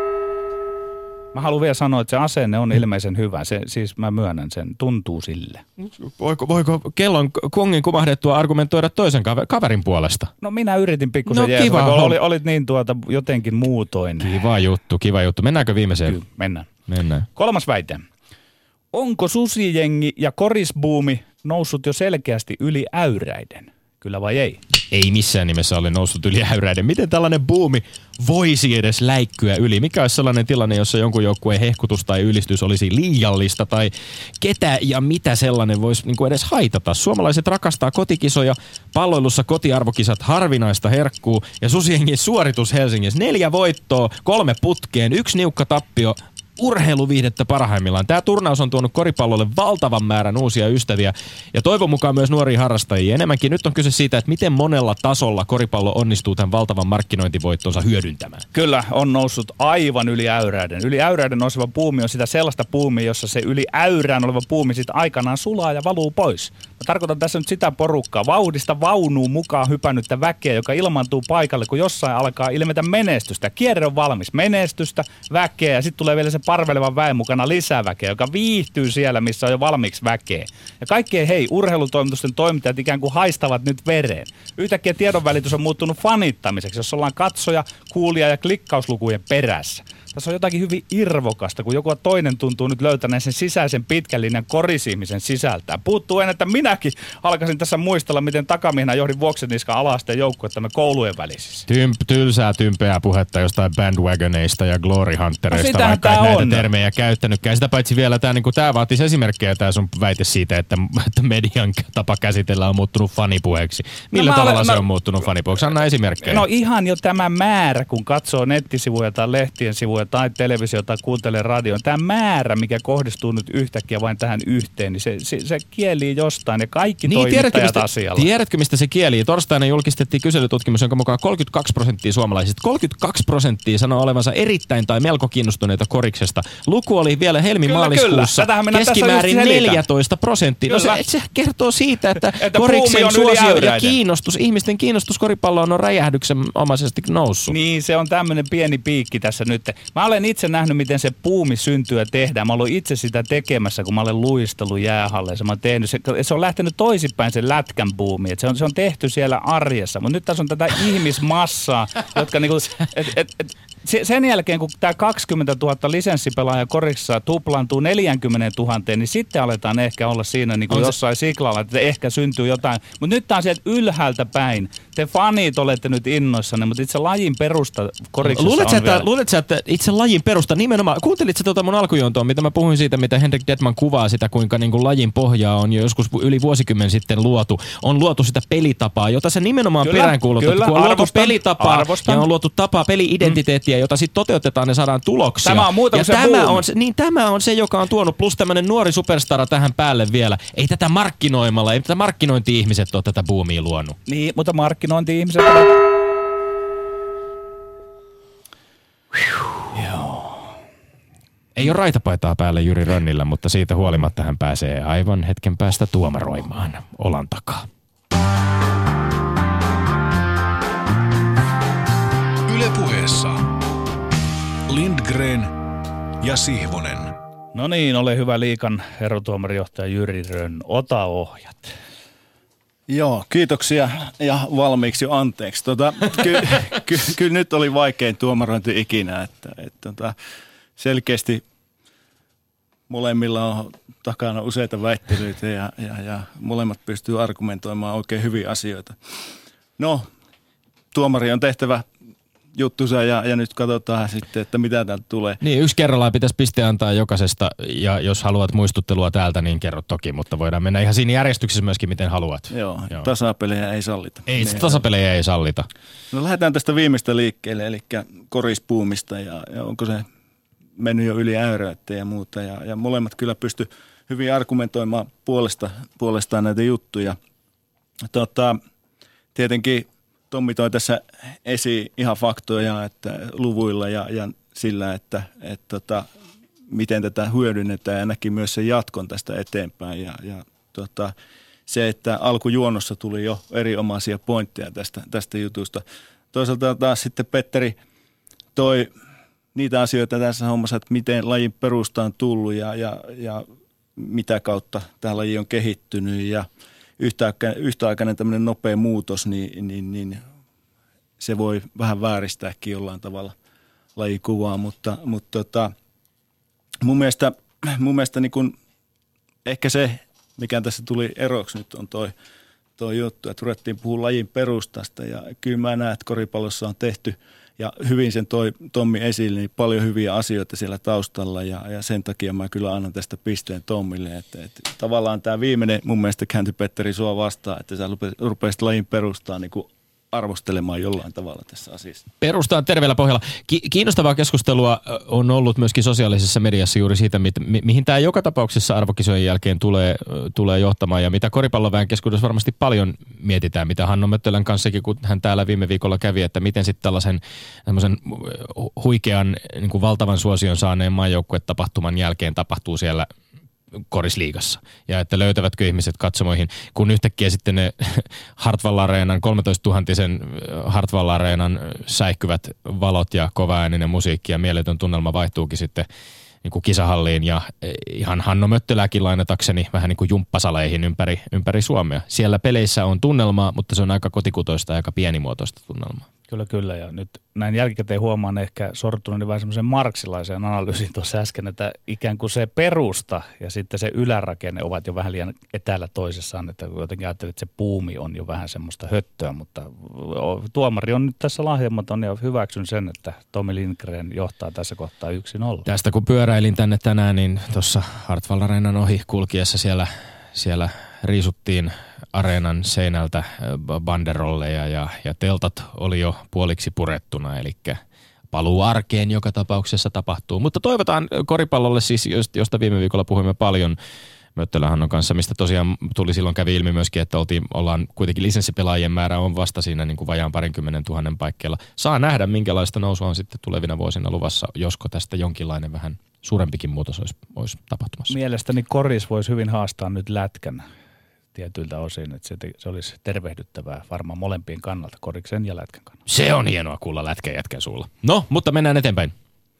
Mä haluan vielä sanoa, että se asenne on ilmeisen hyvä. Se, siis mä myönnän sen. Tuntuu sille. Voiko, voiko kellon kongin kumahdettua argumentoida toisen kaverin puolesta? No minä yritin pikkusen no, jees, vaikka oli, olit niin tuota jotenkin muutoin. Kiva juttu, kiva juttu. Mennäänkö viimeiseen? Kyllä, mennään. Mennään. Kolmas väite. Onko susijengi ja korisbuumi noussut jo selkeästi yli äyräiden? Kyllä vai ei? Ei missään nimessä ole noussut yli äyräiden. Miten tällainen buumi voisi edes läikkyä yli? Mikä olisi sellainen tilanne, jossa jonkun joukkueen hehkutus tai ylistys olisi liiallista tai ketä ja mitä sellainen voisi niin kuin edes haitata? Suomalaiset rakastaa kotikisoja, palloilussa kotiarvokisat harvinaista herkkuu ja susiengin suoritus Helsingissä. Neljä voittoa, kolme putkeen, yksi niukka tappio. Urheiluviihdettä parhaimmillaan. Tämä turnaus on tuonut koripallolle valtavan määrän uusia ystäviä ja toivon mukaan myös nuoria harrastajia. Enemmänkin nyt on kyse siitä, että miten monella tasolla koripallo onnistuu tämän valtavan markkinointivoittonsa hyödyntämään. Kyllä, on noussut aivan yli äyräiden. Yli äyräiden nouseva puumi on sitä sellaista puumia, jossa se yli äyrään oleva puumi sitten aikanaan sulaa ja valuu pois. Mä tarkoitan tässä nyt sitä porukkaa, vauhdista vaunuun mukaan hypännyttä väkeä, joka ilmaantuu paikalle, kun jossain alkaa ilmetä menestystä. Kierre on valmis, menestystä, väkeä ja sitten tulee vielä se parvelevan väen mukana lisäväkeä, joka viihtyy siellä, missä on jo valmiiksi väkeä. Ja kaikkien hei, urheilutoimitusten toimittajat ikään kuin haistavat nyt vereen. Yhtäkkiä tiedonvälitys on muuttunut fanittamiseksi, jos ollaan katsoja, kuulija ja klikkauslukujen perässä. Tässä on jotakin hyvin irvokasta, kun joku toinen tuntuu nyt löytäneen sen sisäisen pitkän linjan korisihmisen sisältään. Puuttuu en, että minäkin alkaisin tässä muistella, miten takamiehenä johdin Vuoksenniskan ala-asteen joukkuettamme koulujen välisissä. Tymp, tylsää tympeää puhetta jostain bandwagoneista ja glory huntereista, no vaikka et näitä on. Termejä käyttänytkään. Sitä paitsi vielä tämä niin vaatisi esimerkkejä, tämä sun väite siitä, että, että median tapa käsitellä on muuttunut fanipuheeksi. Millä no, tavalla olen, se no, on muuttunut fanipuheeksi? Anna esimerkkejä. No ihan jo tämä määrä, kun katsoo nettisivuja tai lehtien sivuja tai televisiota tai kuuntelee radioon. Tämä määrä, mikä kohdistuu nyt yhtäkkiä vain tähän yhteen, niin se, se, se kielii jostain ja kaikki niin, toimittajat tiedätkö, asialla. Tiedätkö, mistä se kielii? Torstaina julkistettiin kyselytutkimus, jonka mukaan kolmekymmentäkaksi prosenttia suomalaisista, kolmekymmentäkaksi prosenttia sanoo olevansa erittäin tai melko kiinnostuneita koriksesta. Luku oli vielä helmi-maaliskuussa keskimäärin neljätoista prosenttia. No se, se kertoo siitä, että, että koriksen suosio ja kiinnostus, ihmisten kiinnostus koripalloon on räjähdyksenomaisesti noussut. Niin, se on tämmöinen pieni piikki tässä nyt. Mä olen itse nähnyt, miten se puumi syntyy ja tehdään. Mä olen itse sitä tekemässä, kun mä olen luistellut jäähalleissa. Mä olen tehnyt se, se on lähtenyt toisinpäin se lätkän buumi. Se on, se on tehty siellä arjessa. Mutta nyt tässä on tätä ihmismassaa, jotka niinku, et, et, et, se, sen jälkeen, kun tämä kaksikymmentätuhatta lisenssipelaajaa korissa tuplaantuu neljäkymmentätuhatta, niin sitten aletaan ehkä olla siinä niin kuin jossain se siklalla, että ehkä syntyy jotain. Mutta nyt tämä on sieltä ylhäältä päin. Te fanit olette nyt innoissanne, mutta itse lajin perusta koriksessa luulet on sä, vielä. että, luulet sä, että itse lajin perusta nimenomaan, kuuntelit sä tuota mun alkujuontoa, mitä mä puhuin siitä, mitä Henrik Detman kuvaa sitä, kuinka niin kuin lajin pohjaa on jo joskus yli vuosikymmen sitten luotu. On luotu sitä pelitapaa, jota se nimenomaan peräänkuuluttaa. Kun on luotu pelitapaa arvostan. Ja on luotu tapaa, peli-identiteettiä, mm. jota sitten toteutetaan ja saadaan tuloksia. Tämä on muuta ja se tämä on, se, niin tämä on se, joka on tuonut, plus tämmöinen nuori superstara tähän päälle vielä. Ei tätä markkinoimalla, ei tätä markkinointi-ihmiset ole tätä boomia luonut. Niin, mutta markkinointi-ihmiset ovat... Ei ole raitapaitaa päälle Jyri Rönnillä, mutta siitä huolimatta hän pääsee aivan hetken päästä tuomaroimaan olan takaa. Yle Puheessa Lindgren ja Sihvonen. No niin, ole hyvä liikan erotuomarijohtaja Jyri Rönn. Ota ohjat. Joo, kiitoksia ja valmiiksi jo anteeksi. Tota, Kyllä ky, ky, nyt oli vaikein tuomarointi ikinä, että et, tota, selkeästi molemmilla on takana useita väittelyitä ja, ja, ja molemmat pystyy argumentoimaan oikein hyviä asioita. No, tuomari on tehtävä juttusa ja, ja nyt katsotaan sitten, että mitä täältä tulee. Niin, yksi kerrallaan pitäisi piste antaa jokaisesta ja jos haluat muistuttelua täältä, niin kerro toki, mutta voidaan mennä ihan siinä järjestyksessä myöskin, miten haluat. Joo, Joo. tasapelejä ei sallita. Ei, niin, tasapelejä ei sallita. No lähdetään tästä viimeistä liikkeelle, eli korispuumista ja, ja onko se mennyt jo yli äyreyttä ja muuta. Ja, ja molemmat kyllä pysty hyvin argumentoimaan puolesta, puolestaan näitä juttuja. Tota, tietenkin Tommi toi tässä esiin ihan faktoja, että luvuilla ja, ja sillä, että et tota, miten tätä hyödynnetään ja näki myös sen jatkon tästä eteenpäin. Ja, ja tota, se, että alkujuonnossa tuli jo erinomaisia pointteja tästä, tästä jutusta. Toisaalta taas sitten Petteri toi niitä asioita tässä hommassa, että miten lajin perusta on tullut ja, ja, ja mitä kautta tämä laji on kehittynyt ja yhtäaikainen tämmöinen nopea muutos, niin, niin, niin se voi vähän vääristääkin jollain tavalla lajikuvaa, mutta, mutta tota, mun mielestä, mun mielestä niin kun ehkä se, mikä tässä tuli eroksi nyt on toi, toi juttu, että ruvettiin puhua lajin perustasta ja kyllä mä näen, että koripallossa on tehty ja hyvin sen toi Tommi esille, niin paljon hyviä asioita siellä taustalla ja, ja sen takia mä kyllä annan tästä pisteen Tommille. Että, että tavallaan tämä viimeinen mun mielestä kääntyi Petteri sua vastaan, että sä rupesit lajin perustaa niin kuin arvostelemaan jollain tavalla tässä asiassa. Perustaan terveellä pohjalla. Ki- kiinnostavaa keskustelua on ollut myöskin sosiaalisessa mediassa juuri siitä, mi- mi- mihin tämä joka tapauksessa arvokisojen jälkeen tulee, tulee johtamaan ja mitä koripalloväen keskuudessa varmasti paljon mietitään, mitä Hanno Möttölän kanssakin, kun hän täällä viime viikolla kävi, että miten sitten tällaisen huikean niin kuin valtavan suosion saaneen maajoukkuetapahtuman jälkeen tapahtuu siellä korisliigassa. Ja että löytävätkö ihmiset katsomoihin, kun yhtäkkiä sitten ne Hartwall-areenan, kolmetoistatuhattisen Hartwall-areenan säikkyvät valot ja kovaääninen musiikki ja mieletön tunnelma vaihtuukin sitten niin kuin kisahalliin ja ihan Hanno Möttöläkin lainatakseni vähän niin kuin jumppasaleihin ympäri, ympäri Suomea. Siellä peleissä on tunnelmaa, mutta se on aika kotikutoista ja aika pienimuotoista tunnelmaa. Kyllä, kyllä. Ja nyt näin jälkikäteen huomaan ehkä sorttunut vähän semmoisen marksilaiseen analyysiin tuossa äsken, että ikään kuin se perusta ja sitten se ylärakenne ovat jo vähän liian etäällä toisessaan, että jotenkin ajattelin, että se puumi on jo vähän semmoista höttöä, mutta tuomari on nyt tässä lahjamaton ja hyväksyn sen, että Tommi Lindgren johtaa tässä kohtaa yksi nolla. Tästä kun pyöräilin tänne tänään, niin tuossa Hartwall-areenan ohi kulkiessa siellä, siellä riisuttiin areenan seinältä banderolleja ja, ja teltat oli jo puoliksi purettuna, eli paluu arkeen joka tapauksessa tapahtuu. Mutta toivotaan koripallolle siis, josta viime viikolla puhuimme paljon Möttölän Hannon kanssa, mistä tosiaan tuli silloin kävi ilmi myöskin, että oltiin, ollaan kuitenkin lisenssipelaajien määrä on vasta siinä niin kuin vajaan parinkymmenen tuhannen paikkeilla. Saa nähdä, minkälaista nousua on sitten tulevina vuosina luvassa, josko tästä jonkinlainen vähän suurempikin muutos olisi, olisi tapahtumassa. Mielestäni koris voisi hyvin haastaa nyt lätkän tietyiltä osin, että se, se olisi tervehdyttävää varmaan molempien kannalta, koriksen ja lätkän kannalta. Se on hienoa kuulla lätkän jätkän suulla. No, mutta mennään eteenpäin.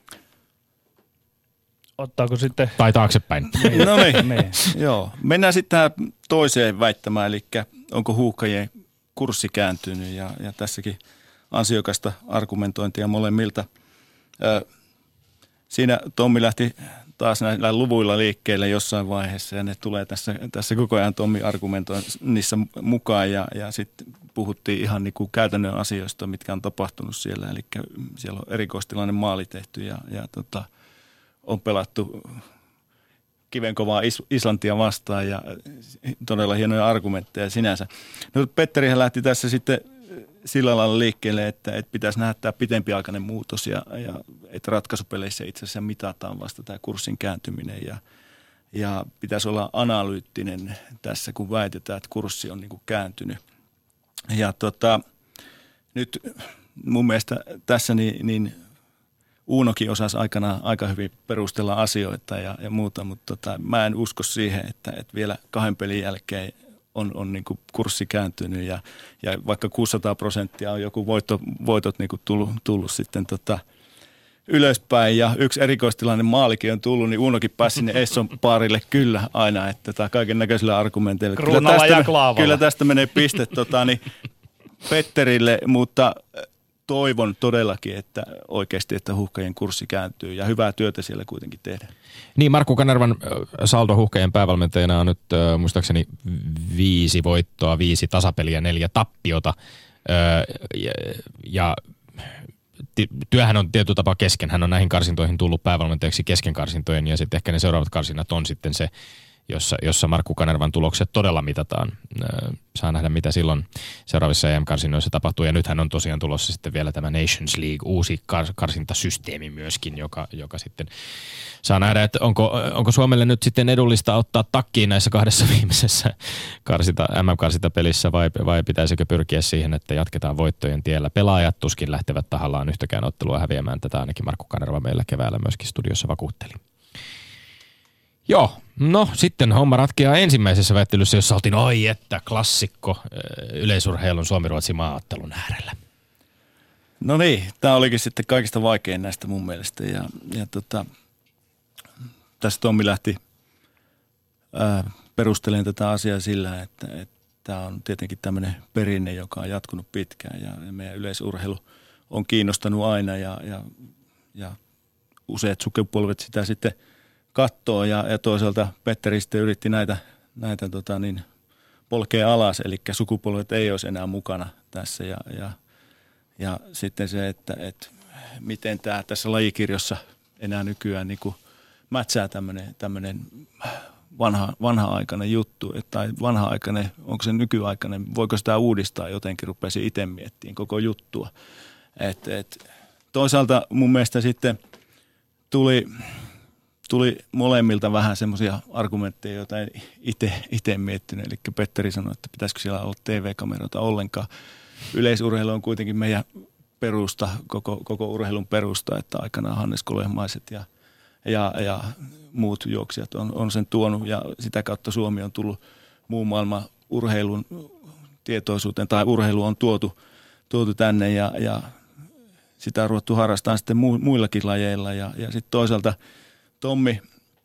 Ottaako sitten... Tai taaksepäin. No niin, niin. Joo. Mennään sitten tähän toiseen väittämään, eli onko huuhkajien kurssi kääntynyt ja, ja tässäkin ansiokasta argumentointia molemmilta. Ö, siinä Tommi lähti taas näillä luvuilla liikkeelle jossain vaiheessa ja ne tulee tässä, tässä koko ajan Tommi argumentoi niissä mukaan ja, ja sitten puhuttiin ihan niin kuin käytännön asioista, mitkä on tapahtunut siellä. Eli siellä on erikoistilainen maali tehty ja, ja tota, on pelattu kivenkovaa Is- Islantia vastaan ja todella hienoja argumentteja sinänsä. No, Petterihän lähti tässä sitten sillä lailla liikkeelle, että, että pitäisi nähdä tämä pitempiaikainen muutos ja, ja että ratkaisupeleissä itse asiassa mitataan vasta tämä kurssin kääntyminen ja, ja pitäisi olla analyyttinen tässä, kun väitetään, että kurssi on niin kuin kääntynyt. Ja tota, nyt mun mielestä tässä niin, niin Uunokin osasi aikana aika hyvin perustella asioita ja, ja muuta, mutta tota, mä en usko siihen, että, että vielä kahden pelin jälkeen on, on niin kuin kurssi kääntynyt ja, ja vaikka kuusisataa prosenttia on joku voitto, voitot niin kuin tullut, tullut sitten tota ylöspäin ja yksi erikoistilainen maalikin on tullut, niin Uunokin pääsi sinne Esson paarille kyllä aina, että tota, kaiken näköisillä argumenteilla. Kyllä tästä, kyllä tästä menee piste tota, niin Petterille, mutta toivon todellakin, että oikeasti, että Huuhkajien kurssi kääntyy ja hyvää työtä siellä kuitenkin tehdään. Niin, Markku Kanervan saldo Huuhkajien päävalmentajana on nyt äh, muistaakseni viisi voittoa, viisi tasapeliä, neljä tappiota ja, ja työhän on tietyllä tapaa kesken. Hän on näihin karsintoihin tullut päävalmentajaksi kesken karsintojen ja sitten ehkä ne seuraavat karsinnat on sitten se, jossa, jossa Markku Kanervan tulokset todella mitataan. Saa nähdä, mitä silloin seuraavissa E M-karsinnoissa tapahtuu. Ja nythän on tosiaan tulossa sitten vielä tämä Nations League, uusi kar- karsintasysteemi myöskin, joka, joka sitten saa nähdä, että onko, onko Suomelle nyt sitten edullista ottaa takkiin näissä kahdessa viimeisessä karsita, M M-karsintapelissä vai, vai pitäisikö pyrkiä siihen, että jatketaan voittojen tiellä. Pelaajat tuskin lähtevät tahallaan yhtäkään ottelua häviämään. Tätä ainakin Markku Kanerva meillä keväällä myöskin studiossa vakuutteli. Joo, no sitten homma ratkeaa ensimmäisessä väittelyssä, jossa oltiin oi että klassikko yleisurheilun Suomi-Ruotsi maaottelun äärellä. No niin, tämä olikin sitten kaikista vaikein näistä mun mielestä ja, ja tota, tässä Tommi lähti ää, perustelemaan tätä asiaa sillä, että tämä on tietenkin tämmöinen perinne, joka on jatkunut pitkään ja, ja meidän yleisurheilu on kiinnostanut aina ja, ja, ja useat sukupolvet sitä sitten kattoo ja, ja toisaalta Petteri sitten yritti näitä, näitä tota niin, polkea alas, eli sukupolvet ei olisi enää mukana tässä ja, ja, ja sitten se, että, että miten tämä tässä lajikirjossa enää nykyään niin kuin mätsää tämmöinen, tämmöinen vanha, vanha-aikainen juttu, tai vanha-aikainen, onko se nykyaikainen, voiko sitä uudistaa jotenkin, rupesin itse miettimään koko juttua. Et, et, toisaalta mun mielestä sitten tuli... Tuli molemmilta vähän semmoisia argumentteja, joita en itse miettinyt. Eli Petteri sanoi, että pitäisikö siellä olla T V-kameroita ollenkaan. Yleisurheilu on kuitenkin meidän perusta, koko, koko urheilun perusta, että aikanaan Hannes Kolehmaiset ja, ja, ja muut juoksijat on, on sen tuonut. Ja sitä kautta Suomi on tullut muun maailman urheilun tietoisuuteen, tai urheilu on tuotu, tuotu tänne ja, ja sitä on ruvettu harrastamaan sitten muillakin lajeilla. Ja, ja sitten toisaalta Tommi,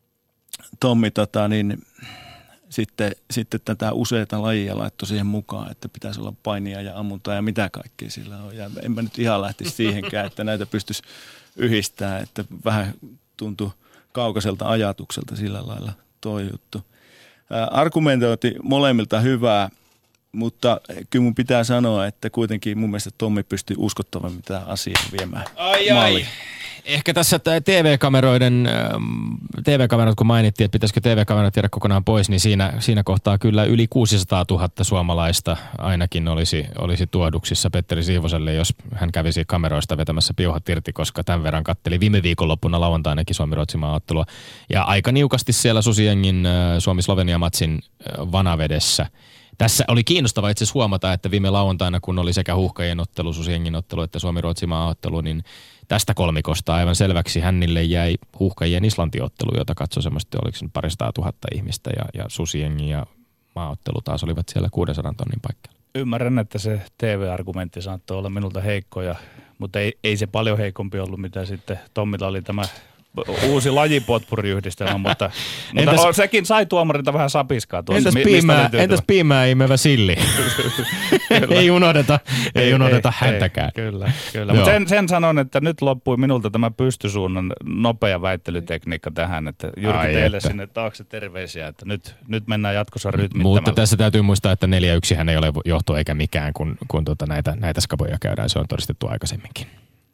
Tommi tota, niin, sitten, sitten tätä useita lajia laittoi siihen mukaan, että pitäisi olla painia ja ammuntaa ja mitä kaikkea sillä on. Ja en mä nyt ihan lähtisi siihenkään, että näitä pystyisi yhdistämään, että vähän tuntui kaukaiselta ajatukselta sillä lailla toi juttu. Ää, argumentointi molemmilta hyvää, mutta kyllä mun pitää sanoa, että kuitenkin mun mielestä Tommi pystyi uskottavammin tätä asiaa viemään ai, ai. Ehkä tässä T V-kameroiden, T V-kamerat kun mainittiin, että pitäisikö T V-kamerat jäädä kokonaan pois, niin siinä, siinä kohtaa kyllä yli kuusisataatuhatta suomalaista ainakin olisi, olisi tuoduksissa Petteri Sihvoselle, jos hän kävisi kameroista vetämässä piuhat irti, koska tämän verran katteli viime viikonloppuna lauantainakin Suomi-Ruotsi maaottelua. Ja aika niukasti siellä Susiengin Suomi-Slovenia-matsin vanavedessä. Tässä oli kiinnostava itse asiassa huomata, että viime lauantaina, kun oli sekä Huuhkajien ottelu, Susiengin ottelu että Suomi-Ruotsi maaottelu, niin tästä kolmikosta aivan selväksi hännille jäi Huuhkajien Islanti-ottelu, jota katsoi semmoista, oliko se paristaa tuhatta ihmistä ja, ja Susiengi ja maaottelu taas olivat siellä kuudensadan tonnin paikalla. Ymmärrän, että se T V-argumentti saattoi olla minulta heikko, ja, mutta ei, ei se paljon heikompi ollut, mitä sitten Tommilla oli tämä uusi lajipotpuriyhdistelmä, mutta, entäs, mutta sekin sai tuomarilta vähän sapiskaa tuossa. Entäs, Mi- piimää, entäs piimää imevä silli? ei unohdeta, ei, ei unohdeta ei, häntäkään. Ei, kyllä, kyllä. Mutta sen, sen sanon, että nyt loppui minulta tämä pystysuunnan nopea väittelytekniikka tähän, että Jyrki Ai teille että. sinne taakse terveisiä, että nyt, nyt mennään jatkossa rytmittämällä. Mutta tässä täytyy muistaa, että neljä yksi hän ei ole johto eikä mikään, kun, kun tuota näitä, näitä skaboja käydään. Se on todistettu aikaisemminkin.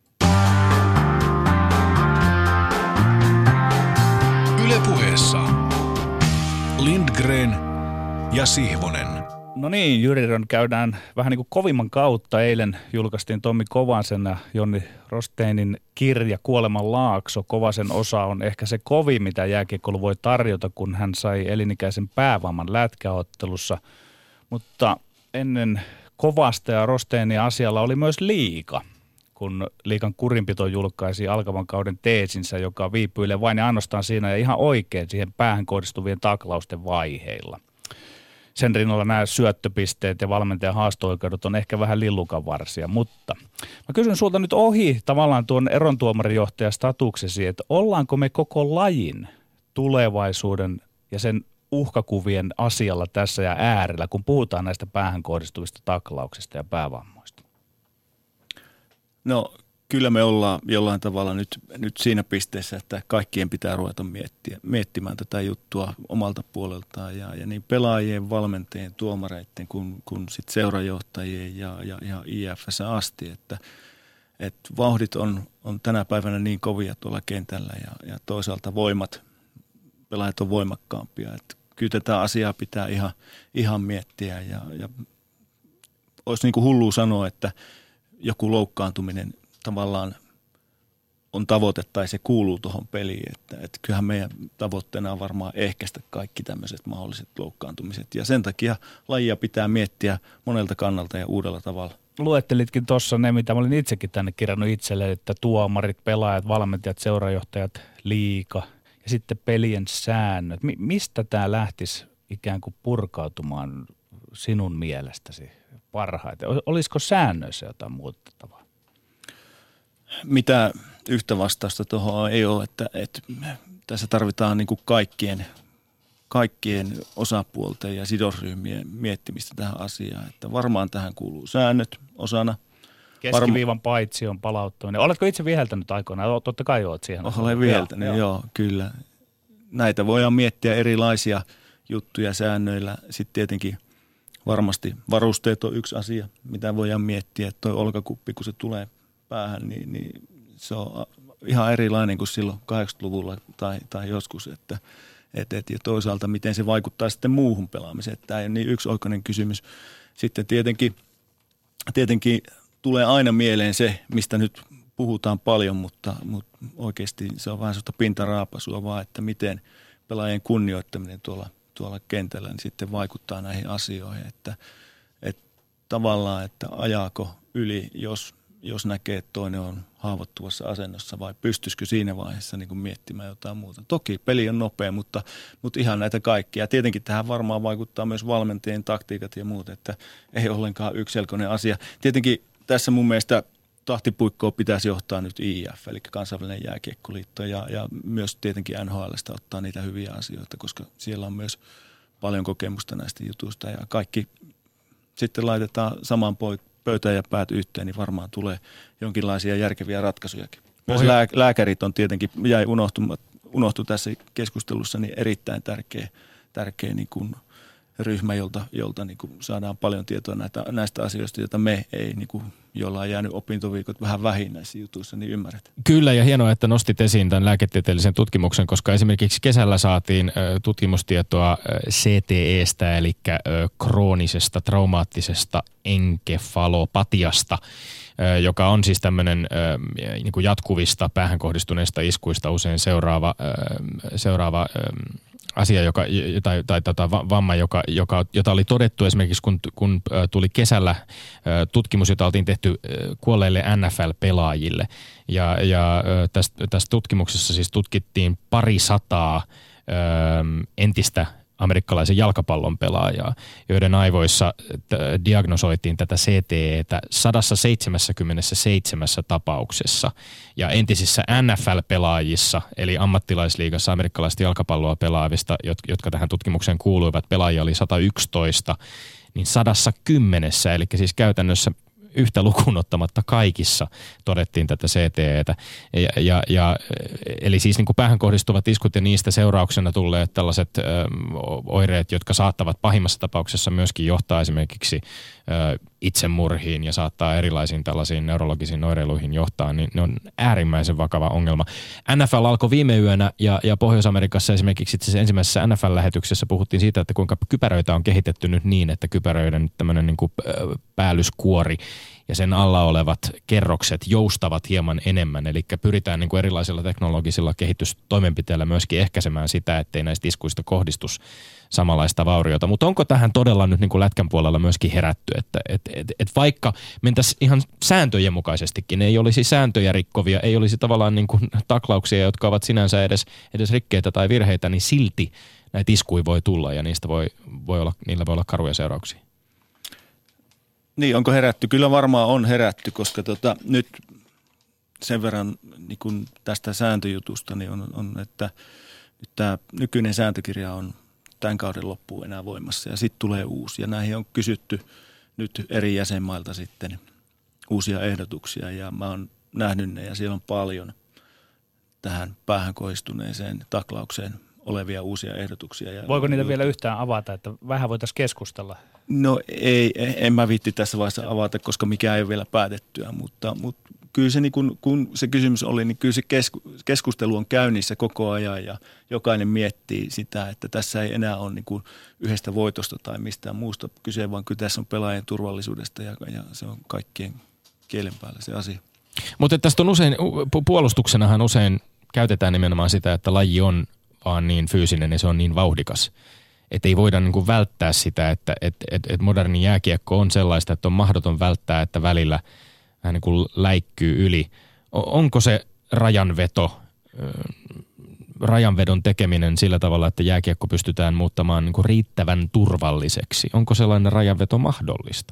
Yle Puheessa Lindgren ja Sihvonen. No niin, Jyriron käydään vähän niin kuin kovimman kautta. Eilen julkaistiin Tommi Kovasen ja Jonni Rosteinin kirja Kuoleman laakso. Kovasen osa on ehkä se kovin, mitä jääkiekkoilu voi tarjota, kun hän sai elinikäisen päävamman lätkäottelussa. Mutta ennen Kovasta ja Rosteinia asialla oli myös liiga, kun liigan kurinpito julkaisi alkavan kauden teesinsä, joka viipyilee vain ja ainoastaan siinä ja ihan oikein siihen päähän kohdistuvien taklausten vaiheilla. Sen rinnalla nämä syöttöpisteet ja valmentajan haasto-oikeudet on ehkä vähän lillukanvarsia, mutta mä kysyn sulta nyt ohi tavallaan tuon erontuomarijohtajan statuksesi, että ollaanko me koko lajin tulevaisuuden ja sen uhkakuvien asialla tässä ja äärellä, kun puhutaan näistä päähän kohdistuvista taklauksista ja päävammoista? No kyllä me ollaan jollain tavalla nyt, nyt siinä pisteessä, että kaikkien pitää ruveta miettiä, miettimään tätä juttua omalta puoleltaan ja, ja niin pelaajien, valmentajien, tuomareiden kuin, kuin sit seurajohtajien ja, ja, ja I F S asti, että, että vauhdit on, on tänä päivänä niin kovia tuolla kentällä ja, ja toisaalta voimat, pelaajat on voimakkaampia, että kyllä tätä asiaa pitää ihan, ihan miettiä ja, ja olisi niin kuin hullua sanoa, että joku loukkaantuminen tavallaan on tavoite tai se kuuluu tuohon peliin. Että, että kyllähän meidän tavoitteena on varmaan ehkäistä kaikki tämmöiset mahdolliset loukkaantumiset. Ja sen takia lajia pitää miettiä monelta kannalta ja uudella tavalla. Luettelitkin tuossa ne, mitä mä olin itsekin tänne kirjannut itselle, että tuomarit, pelaajat, valmentajat, seurajohtajat, liiga ja sitten pelien säännöt. Mi- mistä tämä lähtisi ikään kuin purkautumaan sinun mielestäsi parhaiten? Olisiko säännöissä jotain muutettavaa? Mitä yhtä vastausta tuohon ei ole, että, että tässä tarvitaan niin kuin kaikkien, kaikkien osapuolten ja sidosryhmien miettimistä tähän asiaan. Että varmaan tähän kuuluu säännöt osana. Keskiviivan paitsion palauttaminen. Oletko itse viheltänyt aikoinaan? Totta kai olet siihen. Olen viheltänyt, joo, joo, kyllä. Näitä voidaan miettiä erilaisia juttuja säännöillä. Sitten tietenkin varmasti varusteet on yksi asia, mitä voidaan miettiä. Että toi olkakuppi, kun se tulee päähän, niin, niin se on ihan erilainen kuin silloin kahdeksankymmentäluvulla tai, tai joskus, että et, et, ja toisaalta miten se vaikuttaa sitten muuhun pelaamiseen. Että tämä ei ole niin yksioikoinen kysymys. Sitten tietenkin, tietenkin tulee aina mieleen se, mistä nyt puhutaan paljon, mutta, mutta oikeasti se on vähän sellaista pintaraapasua vaan, että miten pelaajien kunnioittaminen tuolla, tuolla kentällä niin sitten vaikuttaa näihin asioihin, että, että tavallaan, että ajaako yli, jos jos näkee, että toinen on haavoittuvassa asennossa vai pystyisikö siinä vaiheessa niin kuin miettimään jotain muuta. Toki peli on nopea, mutta, mutta ihan näitä kaikkia. Tietenkin tähän varmaan vaikuttaa myös valmentajien taktiikat ja muut, että ei ollenkaan ykselkoinen asia. Tietenkin tässä mun mielestä tahtipuikkoa pitäisi johtaa nyt I F, eli kansainvälinen jääkiekkoliitto, ja, ja myös tietenkin N H L:stä ottaa niitä hyviä asioita, koska siellä on myös paljon kokemusta näistä jutuista ja kaikki sitten laitetaan samaan poikkoon pöytään ja päät yhteen, niin varmaan tulee jonkinlaisia järkeviä ratkaisujakin. Myös lää, lääkärit on tietenkin, jäi unohtu tässä keskustelussa, niin erittäin tärkeä, tärkeä niin kuin ryhmä, jolta, jolta niin kuin saadaan paljon tietoa näitä, näistä asioista, joita me ei, niin kuin, jolla on jäänyt opintoviikot vähän vähin näissä jutuissa, niin ymmärrät. Kyllä, ja hienoa, että nostit esiin tämän lääketieteellisen tutkimuksen, koska esimerkiksi kesällä saatiin tutkimustietoa C T E:stä, eli kroonisesta traumaattisesta enkefalopatiasta, joka on siis tämmöinen niin kuin jatkuvista päähän kohdistuneista iskuista usein seuraava, seuraava asia, joka, tai, tai tota, vamma, joka, joka, jota oli todettu esimerkiksi, kun, kun tuli kesällä tutkimus, jota oltiin tehty kuolleille N F L-pelaajille. Ja, ja tässä, tässä tutkimuksessa siis tutkittiin pari sataa entistä amerikkalaisen jalkapallon pelaajaa, joiden aivoissa diagnosoitiin tätä C T E:tä sata seitsemänkymmentäseitsemän tapauksessa. Ja entisissä N F L-pelaajissa, eli ammattilaisliigassa amerikkalaista jalkapalloa pelaavista, jotka tähän tutkimukseen kuuluivat, pelaajia oli sata yksitoista, niin sadassa kymmenessä, eli siis käytännössä yhtä lukuun ottamatta kaikissa todettiin tätä C T E:tä. Ja, ja, ja, eli siis niin kuin päähän kohdistuvat iskut ja niistä seurauksena tulleet tällaiset ö, oireet, jotka saattavat pahimmassa tapauksessa myöskin johtaa esimerkiksi ö, itsemurhiin ja saattaa erilaisiin tällaisiin neurologisiin oireiluihin johtaa, niin ne on äärimmäisen vakava ongelma. N F L alkoi viime yönä ja, ja Pohjois-Amerikassa esimerkiksi itse ensimmäisessä N F L-lähetyksessä puhuttiin siitä, että kuinka kypäröitä on kehitetty nyt niin, että kypäröiden tämmöinen niin kuin päällyskuori ja sen alla olevat kerrokset joustavat hieman enemmän, eli pyritään niin kuin erilaisilla teknologisilla kehitystoimenpiteillä myöskin ehkäisemään sitä, ettei näistä iskuista kohdistus samanlaista vauriota. Mutta onko tähän todella nyt niin kuin lätkän puolella myöskin herätty, että et, et, et vaikka mentäisiin ihan sääntöjen mukaisestikin, ei olisi sääntöjä rikkovia, ei olisi tavallaan niin kuin taklauksia, jotka ovat sinänsä edes, edes rikkeitä tai virheitä, niin silti näitä iskuja voi tulla ja niistä voi, voi olla, niillä voi olla karuja seurauksia. Niin, onko herätty? Kyllä varmaan on herätty, koska tota, nyt sen verran niin kun tästä sääntöjutusta niin on, on, että nyt tämä nykyinen sääntökirja on tämän kauden loppuun enää voimassa ja sitten tulee uusi. Ja näihin on kysytty nyt eri jäsenmailta sitten uusia ehdotuksia ja mä oon nähnyt ne ja siellä on paljon tähän päähän kohdistuneeseen taklaukseen olevia uusia ehdotuksia. Ja voiko niitä vielä yhtään avata, että vähän voitaisiin keskustella? No ei, en mä viitti tässä vaiheessa avata, koska mikään ei ole vielä päätettyä, mutta, mutta kyllä se, niin kun, kun se kysymys oli, niin kyllä se keskustelu on käynnissä koko ajan ja jokainen miettii sitä, että tässä ei enää ole niin kuin yhdestä voitosta tai mistään muusta kyse, vaan kyllä tässä on pelaajien turvallisuudesta ja, ja se on kaikkien kielen päällä se asia. Mutta tästä on usein, puolustuksenahan usein käytetään nimenomaan sitä, että laji on vaan niin fyysinen ja se on niin vauhdikas. Että ei voida niin kuin välttää sitä, että et, et, et moderni jääkiekko on sellaista, että on mahdoton välttää, että välillä vähän niin kuin läikkyy yli. Onko se rajanveto, rajanvedon tekeminen sillä tavalla, että jääkiekko pystytään muuttamaan niin kuin riittävän turvalliseksi? Onko sellainen rajanveto mahdollista?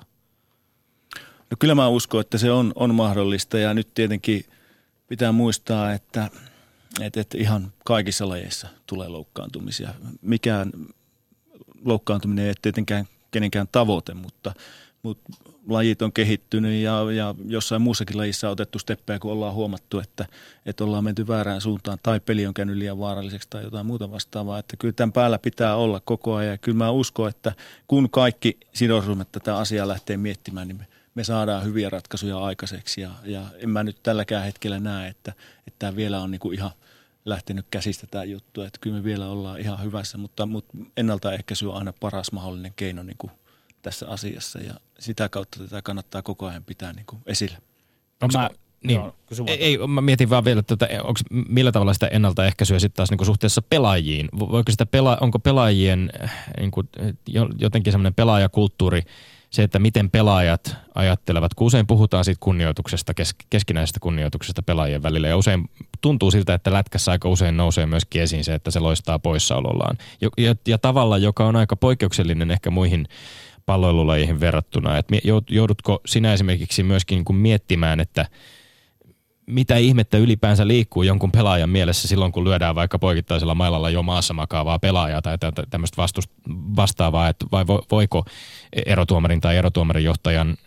No kyllä mä uskon, että se on, on mahdollista ja nyt tietenkin pitää muistaa, että, että, että ihan kaikissa lajeissa tulee loukkaantumisia. Mikään loukkaantuminen ei tietenkään kenenkään tavoite, mutta, mutta lajit on kehittynyt ja, ja jossain muussakin lajissa on otettu steppejä, kun ollaan huomattu, että, että ollaan menty väärään suuntaan tai peli on käynyt liian vaaralliseksi tai jotain muuta vastaavaa. Että kyllä tämän päällä pitää olla koko ajan ja kyllä mä uskon, että kun kaikki sidosryhmät tätä asiaa lähtee miettimään, niin me, me saadaan hyviä ratkaisuja aikaiseksi ja, ja en mä nyt tälläkään hetkellä näe, että, että tämä vielä on niinku ihan lähtenyt käsistä tämä juttu, että kyllä me vielä ollaan ihan hyvässä, mutta, mutta ennaltaehkäisy on aina paras mahdollinen keino niin kuin tässä asiassa ja sitä kautta tätä kannattaa koko ajan pitää niin kuin esillä. Onko mä, niin, joo, ei, mä mietin vaan vielä, että onko, millä tavalla sitä ennaltaehkäisyä sitten taas niin kuin suhteessa pelaajiin? Voiko sitä pela, onko pelaajien niin kuin, jotenkin semmoinen pelaajakulttuuri, se, että miten pelaajat ajattelevat, kun usein puhutaan siitä kunnioituksesta, kes, keskinäisestä kunnioituksesta pelaajien välillä ja usein tuntuu siltä, että lätkässä aika usein nousee myöskin esiin se, että se loistaa poissaolollaan. Ja, ja, ja tavalla, joka on aika poikkeuksellinen ehkä muihin palloilulajeihin verrattuna. Et joudutko sinä esimerkiksi myöskin niin kuin miettimään, että mitä ihmettä ylipäänsä liikkuu jonkun pelaajan mielessä silloin, kun lyödään vaikka poikittaisella mailalla jo maassa makaavaa pelaajaa tai tämmöistä vastaavaa, että vai voiko erotuomarin tai erotuomarin johtajan,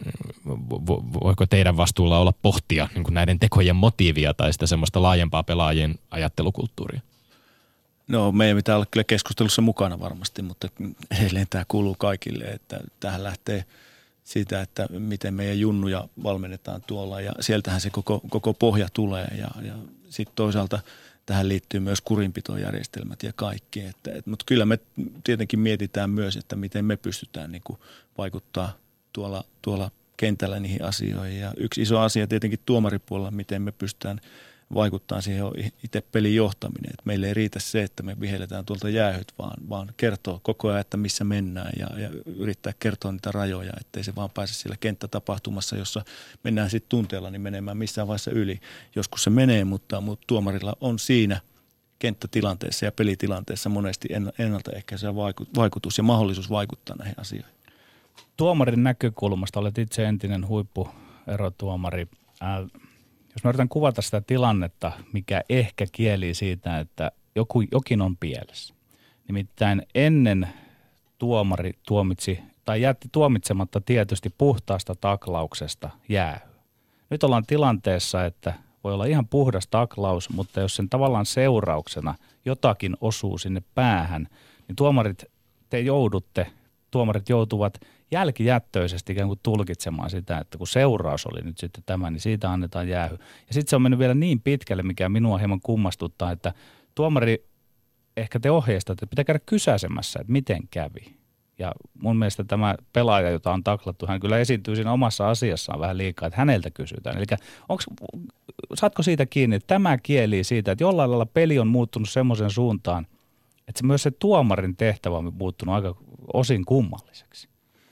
voiko teidän vastuulla olla pohtia niin kuin näiden tekojen motiivia tai sitä semmoista laajempaa pelaajien ajattelukulttuuria? No meidän pitää olla kyllä keskustelussa mukana varmasti, mutta edelleen tämä kuuluu kaikille, että tähän lähtee siitä, että miten meidän junnuja valmennetaan tuolla ja sieltähän se koko, koko pohja tulee ja, ja sitten toisaalta tähän liittyy myös kurinpitojärjestelmät ja kaikki. Että, et, mutta kyllä me tietenkin mietitään myös, että miten me pystytään niin kuin vaikuttaa tuolla, tuolla kentällä niihin asioihin ja yksi iso asia tietenkin tuomaripuolella, miten me pystytään vaikuttaa siihen itse pelin johtaminen. Et meille ei riitä se, että me vihelletään tuolta jäähyt, vaan, vaan kertoo koko ajan, että missä mennään ja, ja yrittää kertoa niitä rajoja, ettei se vaan pääse siellä kenttätapahtumassa, jossa mennään sitten tunteella niin menemään missään vaiheessa yli. Joskus se menee, mutta, mutta tuomarilla on siinä kenttätilanteessa ja pelitilanteessa monesti ennaltaehkäisevä vaikutus ja mahdollisuus vaikuttaa näihin asioihin. Tuomarin näkökulmasta olet itse entinen huippuerotuomari. Äh, jos mä yritän kuvata sitä tilannetta, mikä ehkä kielii siitä, että joku, jokin on pielessä. Nimittäin ennen tuomari tuomitsi tai jätti tuomitsematta tietysti puhtaasta taklauksesta jäähy. Nyt ollaan tilanteessa, että voi olla ihan puhdas taklaus, mutta jos sen tavallaan seurauksena jotakin osuu sinne päähän, niin tuomarit, te joudutte, tuomarit joutuvat jälkijättöisesti ikään kuin tulkitsemaan sitä, että kun seuraus oli nyt sitten tämä, niin siitä annetaan jäähy. Ja sitten se on mennyt vielä niin pitkälle, mikä minua hieman kummastuttaa, että tuomari, ehkä te ohjeistatte, että pitää käydä kysäsemässä, että miten kävi. Ja mun mielestä tämä pelaaja, jota on taklattu, hän kyllä esiintyy siinä omassa asiassaan vähän liikaa, että häneltä kysytään. Eli onks, saatko siitä kiinni, että tämä kielii siitä, että jollain lailla peli on muuttunut semmoisen suuntaan, että se myös se tuomarin tehtävä on muuttunut aika osin kummalliseksi?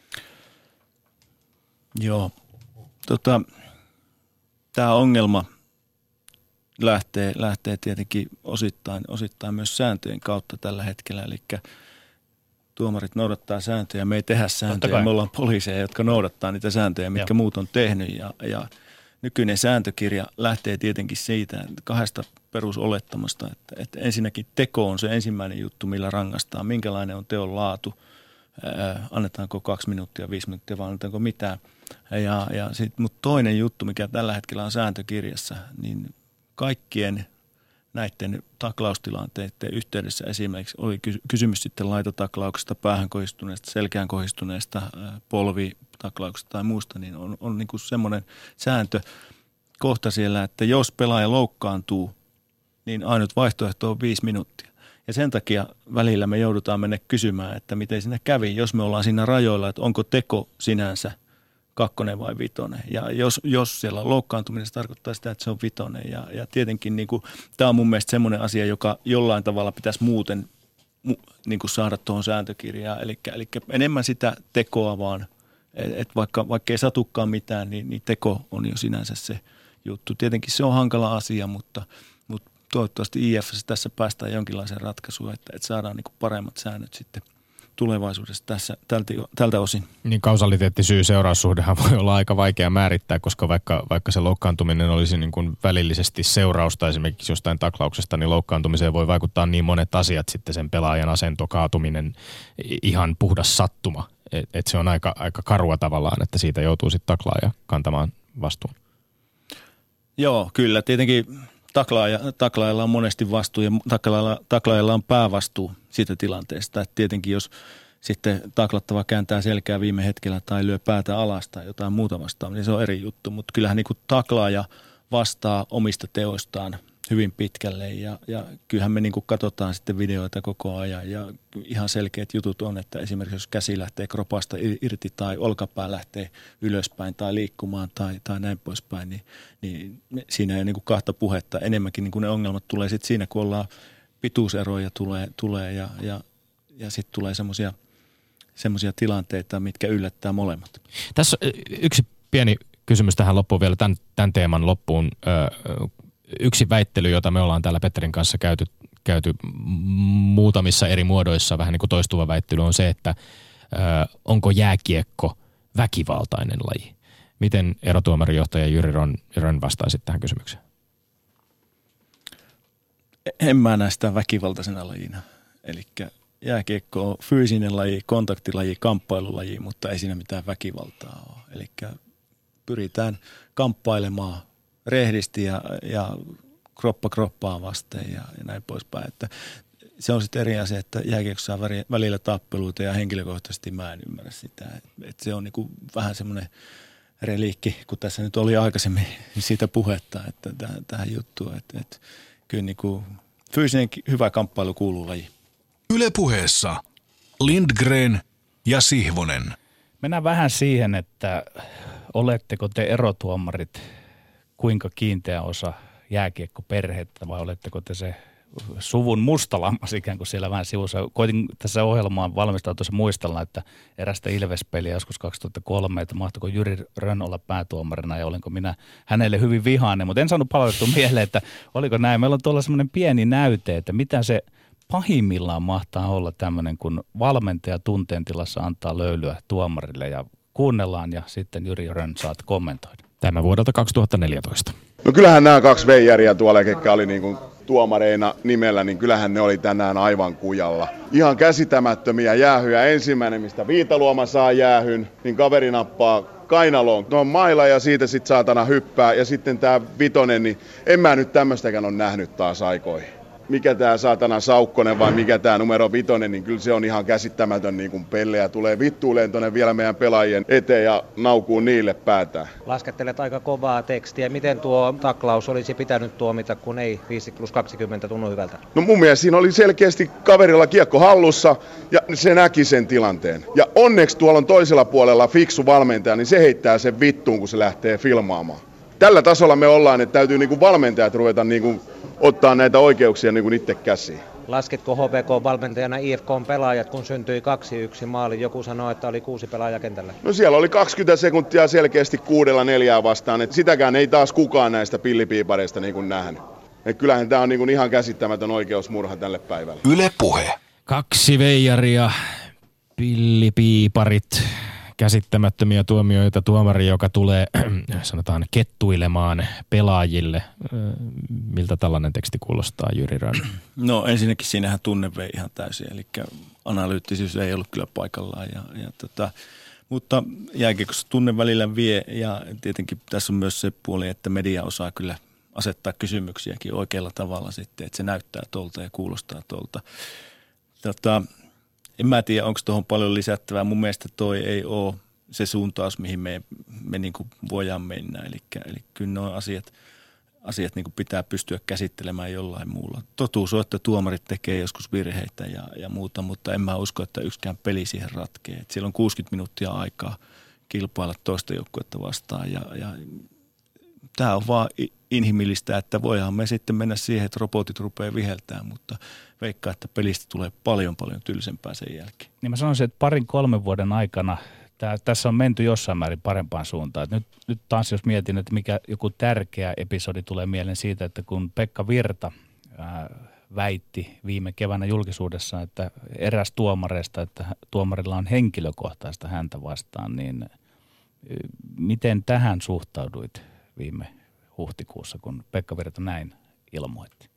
Joo. Tota, tämä ongelma lähtee, lähtee tietenkin osittain, osittain myös sääntöjen kautta tällä hetkellä, eli tuomarit noudattaa sääntöjä, me ei tehdä sääntöjä, me ollaan poliiseja, jotka noudattaa niitä sääntöjä, mitkä Joo. muut on tehnyt. Ja, ja nykyinen sääntökirja lähtee tietenkin siitä kahdesta perusolettamasta, että, että ensinnäkin teko on se ensimmäinen juttu, millä rangaistaan, minkälainen on teon laatu, ää, annetaanko kaksi minuuttia, viisi minuuttia vai annetaanko mitään. Ja, ja sit, mutta toinen juttu, mikä tällä hetkellä on sääntökirjassa, niin kaikkien näiden taklaustilanteiden yhteydessä esimerkiksi oli kysymys sitten laitotaklauksesta, päähän kohdistuneesta, selkään kohdistuneesta, polvitaklauksesta tai muusta, niin on, on niin kuin semmoinen sääntö kohta siellä, että jos pelaaja loukkaantuu, niin ainut vaihtoehto on viisi minuuttia. Ja sen takia välillä me joudutaan mennä kysymään, että miten siinä kävi, jos me ollaan siinä rajoilla, että onko teko sinänsä kakkonen vai vitonen. Ja jos, jos siellä on loukkaantuminen, se tarkoittaa sitä, että se on vitonen. Ja, ja tietenkin niin kuin, tämä on mun mielestä semmoinen asia, joka jollain tavalla pitäisi muuten mu, niin kuin saada tuohon sääntökirjaan. Eli, eli enemmän sitä tekoa vaan, että vaikka, vaikka ei satukaan mitään, niin, niin teko on jo sinänsä se juttu. Tietenkin se on hankala asia, mutta, mutta toivottavasti I F:ssä tässä päästään jonkinlaiseen ratkaisuun, että, että saadaan niin kuin paremmat säännöt sitten tulevaisuudessa tässä, tältä, tältä osin. Niin kausaliteetti-syy-seuraussuhdehan voi olla aika vaikea määrittää, koska vaikka, vaikka se loukkaantuminen olisi niin kuin välillisesti seurausta esimerkiksi jostain taklauksesta, niin loukkaantumiseen voi vaikuttaa niin monet asiat sitten sen pelaajan asento, kaatuminen, ihan puhdas sattuma. Että et se on aika, aika karua tavallaan, että siitä joutuu sitten taklaaja kantamaan vastuun. Joo, kyllä. Tietenkin taklaaja, taklaajalla on monesti vastuu ja taklaajalla, taklaajalla on päävastuu siitä tilanteesta. Että tietenkin jos sitten taklattava kääntää selkää viime hetkellä tai lyö päätä alas tai jotain muuta vastaan, niin se on eri juttu. Mutta kyllähän niin kuin taklaaja vastaa omista teoistaan hyvin pitkälle ja, ja kyllähän me niin kuin katsotaan sitten videoita koko ajan ja ihan selkeät jutut on, että esimerkiksi jos käsi lähtee kropasta irti tai olkapää lähtee ylöspäin tai liikkumaan tai, tai näin poispäin, niin, niin siinä ei ole niin kuin kahta puhetta. Enemmänkin niin kuin ne ongelmat tulee sitten siinä, kun ollaan pituuseroja tulee, tulee ja, ja, ja sitten tulee semmoisia semmoisia tilanteita, mitkä yllättää molemmat. Tässä yksi pieni kysymys tähän loppuun vielä, tämän, tämän teeman loppuun. Yksi väittely, jota me ollaan täällä Petterin kanssa käyty, käyty muutamissa eri muodoissa, vähän niin kuin toistuva väittely, on se, että ö, onko jääkiekko väkivaltainen laji. Miten erotuomarijohtaja Jyri Rönn vastaisit tähän kysymykseen? En mä näe sitä väkivaltaisena lajina. Eli jääkiekko on fyysinen laji, kontaktilaji, kamppailulaji, mutta ei siinä mitään väkivaltaa ole. Eli pyritään kamppailemaan rehdisti ja, ja kroppa kroppaa vasten ja, ja näin poispäin. Että se on sitten eri asia, että jääkiekossa on välillä tappeluita ja henkilökohtaisesti mä en ymmärrä sitä. Että se on niinku vähän semmoinen reliikki, kun tässä nyt oli aikaisemmin siitä puhetta, että tähän, tähän juttuun. Että, että kyllä niinku fyysinen hyvä kamppailu kuuluu lajiin. Yle Puheessa Lindgren ja Sihvonen. Mennään vähän siihen, että oletteko te erotuomarit kuinka kiinteä osa jääkiekkoperhettä vai oletteko te se suvun mustalammas ikään kuin siellä vähän sivussa. Koitin tässä ohjelmaan valmistautuessa muistella, että erästä Ilves-peliä joskus kaksituhattakolme, että mahtoiko Jyri Rönn olla päätuomarina ja olinko minä hänelle hyvin vihainen, mutta en saanut palautettua mieleen, että oliko näin. Meillä on tuolla semmoinen pieni näyte, että mitä se pahimmillaan mahtaa olla tämmöinen, kun valmentaja tunteen tilassa antaa löylyä tuomarille ja kuunnellaan ja sitten Jyri Rönn saat kommentoida. Tämä vuodelta kaksituhattaneljätoista. No kyllähän nämä kaksi veijäriä tuolla, ketkä oli niin kuin tuomareina nimellä, niin kyllähän ne oli tänään aivan kujalla. Ihan käsittämättömiä jäähyjä. Ensimmäinen, mistä Viitaluoma saa jäähyn, niin kaveri nappaa kainaloon. No maila ja siitä sitten saatana hyppää. Ja sitten tää vitonen, niin en mä nyt tämmöstäkään ole nähnyt taas aikoihin. Mikä tää saatana Saukkonen vai mikä tää numero vitonen, niin kyllä se on ihan käsittämätön niin kuin pellejä. Tulee vittuuleen tonne vielä meidän pelaajien eteen ja naukuu niille päätään. Laskettelet aika kovaa tekstiä. Miten tuo taklaus olisi pitänyt tuomita, kun ei viisi plus kaksikymmentä tunnu hyvältä? No mun mielestä siinä oli selkeästi kaverilla kiekko hallussa ja se näki sen tilanteen. Ja onneksi tuolla on toisella puolella fiksu valmentaja, niin se heittää sen vittuun, kun se lähtee filmaamaan. Tällä tasolla me ollaan, että täytyy niin kuin valmentajat ruveta niin kuin ottaa näitä oikeuksia niin kuin itse käsiin. Laskitko H P K-valmentajana I F K:n pelaajat, kun syntyi kaksi yksi maali? Joku sanoi, että oli kuusi pelaajaa kentällä. No siellä oli kaksikymmentä sekuntia selkeästi kuudella neljää vastaan. Et sitäkään ei taas kukaan näistä pillipiipareista niin kuin nähnyt. Et kyllähän tämä on niin kuin ihan käsittämätön oikeusmurha tälle päivälle. Yle Puhe. Kaksi veijaria, pillipiiparit, käsittämättömiä tuomioita, tuomari, joka tulee, sanotaan, kettuilemaan pelaajille. Miltä tällainen teksti kuulostaa, Jyri Rönn? No ensinnäkin siinähän tunne vei ihan täysin, eli analyyttisyys ei ollut kyllä paikallaan. Ja, ja tota, mutta jääkiekossa tunne välillä vie, ja tietenkin tässä on myös se puoli, että media osaa kyllä asettaa kysymyksiäkin oikealla tavalla sitten, että se näyttää tolta ja kuulostaa tolta. Tota, En mä tiedä, onko tuohon paljon lisättävää. Mun mielestä toi ei ole se suuntaus, mihin me, me niin kuin voidaan mennä. Eli, eli kyllä nuo asiat, asiat niin kuin pitää pystyä käsittelemään jollain muulla. Totuus on, että tuomarit tekee joskus virheitä ja, ja muuta, mutta en mä usko, että yksikään peli siihen ratkee. Et siellä on kuusikymmentä minuuttia aikaa kilpailla toista joukkuetta vastaan. Ja, ja tämä on vaan inhimillistä, että voidaan me sitten mennä siihen, että robotit rupeaa viheltämään, mutta veikkaa, että pelistä tulee paljon paljon tylsempää sen jälkeen. Niin mä sanoisin, että parin kolmen vuoden aikana tää, tässä on menty jossain määrin parempaan suuntaan. Nyt, nyt taas jos mietin, että mikä joku tärkeä episodi tulee mieleen siitä, että kun Pekka Virta ää, väitti viime keväänä julkisuudessa, että eräs tuomareista, että tuomarilla on henkilökohtaista häntä vastaan, niin miten tähän suhtauduit viime huhtikuussa, kun Pekka Virta näin ilmoitti?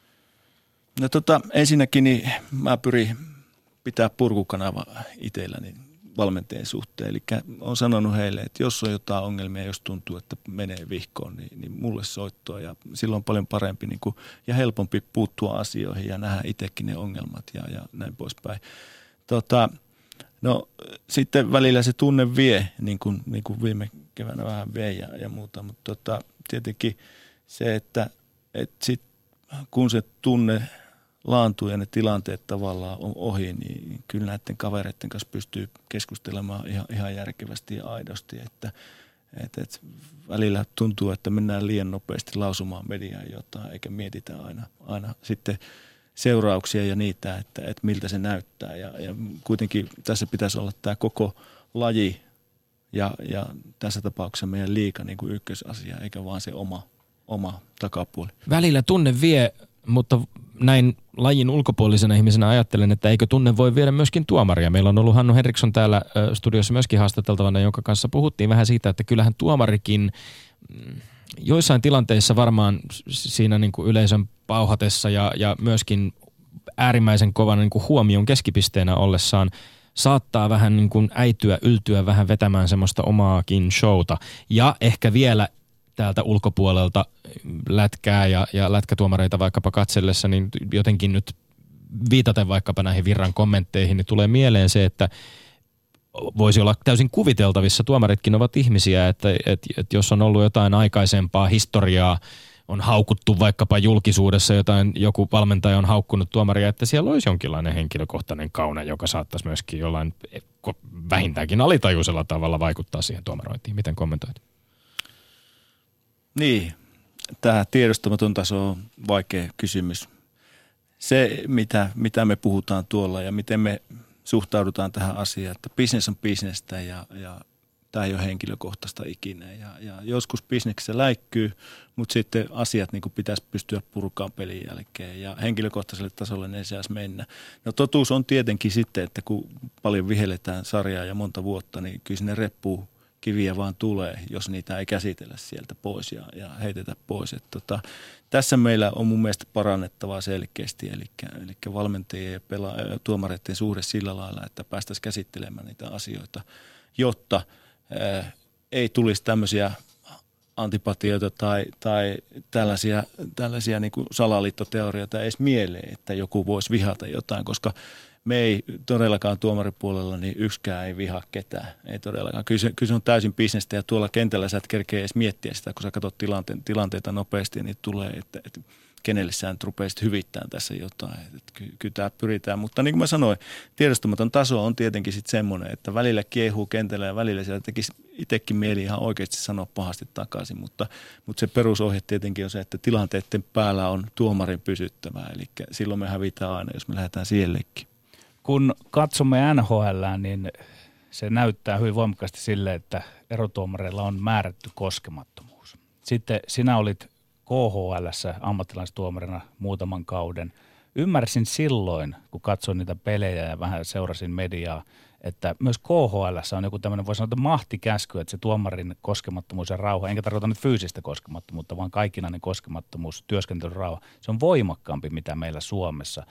No tota, ensinnäkin niin mä pyrin pitää purkukanava itselläni valmentajien suhteen. Eli olen sanonut heille, että jos on jotain ongelmia, jos tuntuu, että menee vihkoon, niin, niin mulle soittoa. Ja silloin on paljon parempi niin kuin, ja helpompi puuttua asioihin ja nähdä itsekin ne ongelmat ja, ja näin poispäin. Tota, no sitten välillä se tunne vie, niin kuin, niin kuin viime keväänä vähän vie ja, ja muuta. Mutta tota, tietenkin se, että et sit, kun se tunne laantuu ja ne tilanteet tavallaan on ohi, niin kyllä näiden kavereiden kanssa pystyy keskustelemaan ihan, ihan järkevästi ja aidosti, että et, et välillä tuntuu, että mennään liian nopeasti lausumaan mediaan jotain, eikä mietitä aina, aina sitten seurauksia ja niitä, että, että miltä se näyttää. Ja, ja kuitenkin tässä pitäisi olla tämä koko laji ja, ja tässä tapauksessa meidän liiga niin kuin ykkösasia, eikä vaan se oma, oma takapuoli. Välillä tunne vie, mutta näin lajin ulkopuolisena ihmisenä ajattelen, että eikö tunne voi viedä myöskin tuomaria. Meillä on ollut Hannu Henriksson täällä studiossa myöskin haastateltavana, jonka kanssa puhuttiin vähän siitä, että kyllähän tuomarikin joissain tilanteissa varmaan siinä niin kuin yleisön pauhatessa ja, ja myöskin äärimmäisen kovan niin kuin huomion keskipisteenä ollessaan saattaa vähän niin kuin äityä, yltyä vähän vetämään semmoista omaakin showta. Ja ehkä vielä täältä ulkopuolelta lätkää ja, ja lätkätuomareita vaikkapa katsellessa, niin jotenkin nyt viitaten vaikkapa näihin Virran kommentteihin, niin tulee mieleen se, että voisi olla täysin kuviteltavissa, tuomaritkin ovat ihmisiä, että, että, että jos on ollut jotain aikaisempaa historiaa, on haukuttu vaikkapa julkisuudessa jotain, joku valmentaja on haukkunut tuomaria, että siellä olisi jonkinlainen henkilökohtainen kauna, joka saattaisi myöskin jollain vähintäänkin alitajuisella tavalla vaikuttaa siihen tuomarointiin. Miten kommentoit? Niin, tämä tiedostamaton taso on vaikea kysymys. se, mitä, mitä me puhutaan tuolla ja miten me suhtaudutaan tähän asiaan, että business on businessta ja, ja tämä ei ole henkilökohtaista ikinä. Ja, ja joskus bisneksessä läikkyy, mutta sitten asiat niin kuin pitäisi pystyä purkaan pelin jälkeen ja henkilökohtaiselle tasolle ne ei saisi mennä. No totuus on tietenkin sitten, että kun paljon vihelletään sarjaa ja monta vuotta, niin kyllä sinne reppuu kiviä vaan tulee, jos niitä ei käsitellä sieltä pois ja, ja heitetä pois. Et tota, tässä meillä on mun mielestä parannettavaa selkeästi, eli, eli valmentajien ja pela- tuomareiden suhde sillä lailla, että päästäisiin käsittelemään niitä asioita, jotta ää, ei tulisi tämmöisiä antipatioita tai, tai tällaisia, tällaisia niin kuin salaliittoteorioita edes mieleen, että joku voisi vihata jotain, koska me ei todellakaan tuomaripuolella, niin yksikään ei vihaa ketään. Ei todellakaan. Kyllä se, kyllä se on täysin bisnestä ja tuolla kentällä sä et kerkeä edes miettiä sitä, kun sä katsot tilante, tilanteita nopeasti, niin tulee, että, että kenelle sä nyt rupeaisit hyvittämään tässä jotain. Että kyllä, kyllä tämä pyritään. Mutta niin kuin mä sanoin, tiedostamaton taso on tietenkin sitten semmoinen, että välillä kiehuu kentällä ja välillä siellä tekisi itsekin mieli ihan oikeasti sanoa pahasti takaisin. Mutta, mutta se perusohje tietenkin on se, että tilanteiden päällä on tuomarin pysyttävää. Eli silloin me hävitään aina, jos me lähdetään siellekin. Kun katsomme N H L, niin se näyttää hyvin voimakkaasti sille, että erotuomareilla on määrätty koskemattomuus. Sitten sinä olit K H L:ssä ammattilaistuomarina muutaman kauden. Ymmärsin silloin, kun katsoin niitä pelejä ja vähän seurasin mediaa, että myös K H L:ssä on joku tämmöinen, voi sanoa, että mahtikäsky, että se tuomarin koskemattomuus ja rauha, enkä tarkoita nyt fyysistä koskemattomuutta, vaan kaikkinainen koskemattomuus, työskentelyn rauha, se on voimakkaampi mitä meillä Suomessa.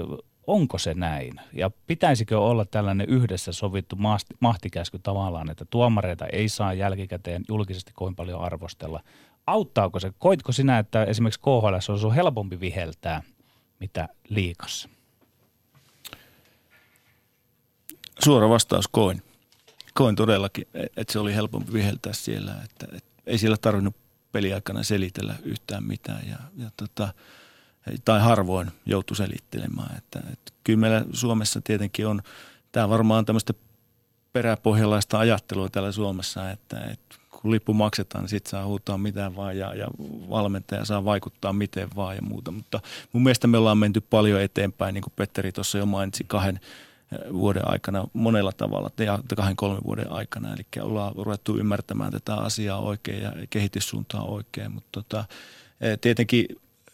Onko se näin? Ja pitäisikö olla tällainen yhdessä sovittu mahtikäsky tavallaan, että tuomareita ei saa jälkikäteen julkisesti kovin paljon arvostella? Auttaako se? Koitko sinä, että esimerkiksi K H L:ssä olisi helpompi viheltää mitä liigassa? Suora vastaus koin. Koin todellakin, että se oli helpompi viheltää siellä. Että, että ei siellä tarvinnut peliaikana selitellä yhtään mitään ja, ja tota, tai harvoin joutui selittelemään. Että, että kyllä meillä Suomessa tietenkin on, tämä varmaan tämmöistä peräpohjalaista ajattelua täällä Suomessa, että, että kun lippu maksetaan, niin sitten saa huutaa mitään vaan ja, ja valmentaja saa vaikuttaa miten vaan ja muuta. Mutta mun mielestä me ollaan menty paljon eteenpäin, niin kuin Petteri tuossa jo mainitsi kahden vuoden aikana monella tavalla, ja kahden kolmen vuoden aikana. Eli ollaan ruvettu ymmärtämään tätä asiaa oikein ja kehityssuuntaa oikein, mutta tota, tietenkin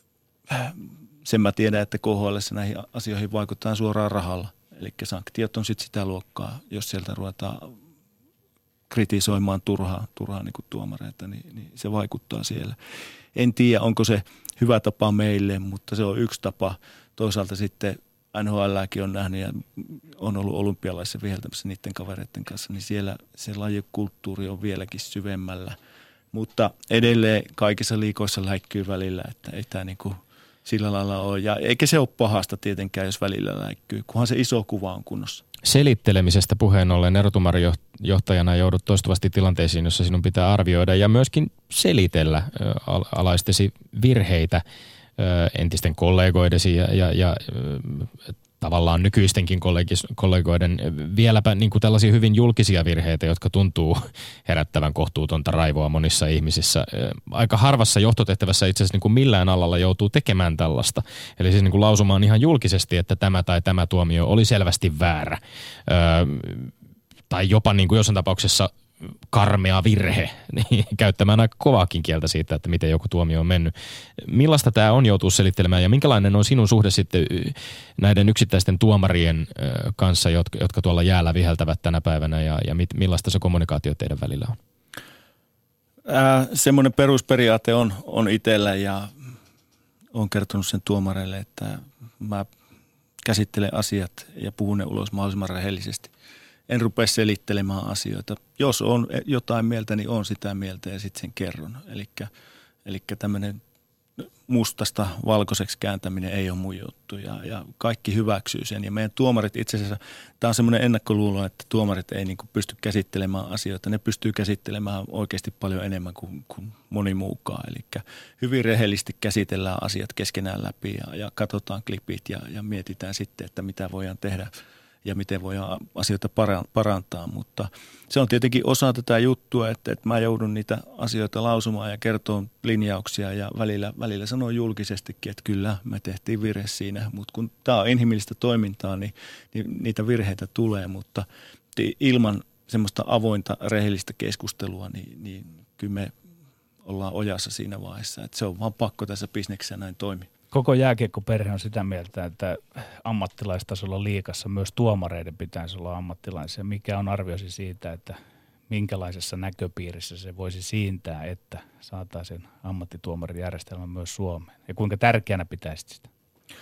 sen mä tiedän, että K H L:ssä näihin asioihin vaikuttaa suoraan rahalla. Eli sanktiot on sitten sitä luokkaa, jos sieltä ruvetaan kritisoimaan turhaa, turhaa niin kuin tuomareita, niin, niin se vaikuttaa siellä. En tiedä, onko se hyvä tapa meille, mutta se on yksi tapa. Toisaalta sitten N H L:kin on nähnyt ja on ollut olympialaisissa viheltämässä niiden kavereiden kanssa, niin siellä se lajikulttuuri on vieläkin syvemmällä. Mutta edelleen kaikissa liikoissa läikkyy välillä, että ei tämä niin kuin sillä lailla ole. Ja eikä se ole pahasta tietenkään, jos välillä läikkyy, kunhan se iso kuva on kunnossa. Selittelemisestä puheen ollen erotuomarijohtajana joudut toistuvasti tilanteisiin, jossa sinun pitää arvioida ja myöskin selitellä alaistesi virheitä entisten kollegoidesi ja, ja, ja tavallaan nykyistenkin kollegoiden vieläpä niin kuin tällaisia hyvin julkisia virheitä, jotka tuntuu herättävän kohtuutonta raivoa monissa ihmisissä. Aika harvassa johtotehtävässä itse asiassa niin kuin millään alalla joutuu tekemään tällaista. Eli siis niin kuin lausumaan ihan julkisesti, että tämä tai tämä tuomio oli selvästi väärä. Öö, tai jopa niin kuin jossain tapauksessa karmea virhe, niin käyttämään aika kovaakin kieltä siitä, että miten joku tuomio on mennyt. Millaista tämä on joutuu selittelemään ja minkälainen on sinun suhde sitten näiden yksittäisten tuomarien kanssa, jotka, jotka tuolla jäällä viheltävät tänä päivänä ja, ja mit, millaista se kommunikaatio teidän välillä on? Äh, semmoinen perusperiaate on, on itsellä ja olen kertonut sen tuomareille, että mä käsittelen asiat ja puhun ne ulos mahdollisimman rehellisesti. En rupea selittelemään asioita. Jos on jotain mieltä, niin on sitä mieltä ja sitten sen kerron. Eli tämmöinen mustasta valkoiseksi kääntäminen ei ole mun juttu ja, ja kaikki hyväksyy sen. Ja meidän tuomarit itse asiassa, tämä on semmoinen ennakkoluulo, että tuomarit ei niin kuin pysty käsittelemään asioita. Ne pystyy käsittelemään oikeasti paljon enemmän kuin, kuin moni muukaan. Eli hyvin rehellisesti käsitellään asiat keskenään läpi ja, ja katsotaan klipit ja, ja mietitään sitten, että mitä voidaan tehdä ja miten voidaan asioita parantaa, mutta se on tietenkin osa tätä juttua, että, että mä joudun niitä asioita lausumaan ja kertoon linjauksia ja välillä, välillä sanon julkisestikin, että kyllä me tehtiin virhe siinä, mutta kun tämä on inhimillistä toimintaa, niin, niin niitä virheitä tulee, mutta ilman semmoista avointa, rehellistä keskustelua, niin, niin kyllä me ollaan ojassa siinä vaiheessa, että se on vaan pakko tässä bisneksessä näin toimia. Koko jääkiekkoperhe on sitä mieltä, että ammattilaistasolla liigassa myös tuomareiden pitäisi olla ammattilaisia. Mikä on arviosi siitä, että minkälaisessa näköpiirissä se voisi siintää, että saataisiin ammattituomarijärjestelmä myös Suomeen? Ja kuinka tärkeänä pitäisi sitä?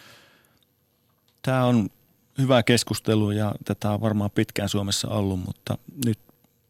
Tämä on hyvä keskustelu ja tätä on varmaan pitkään Suomessa ollut, mutta nyt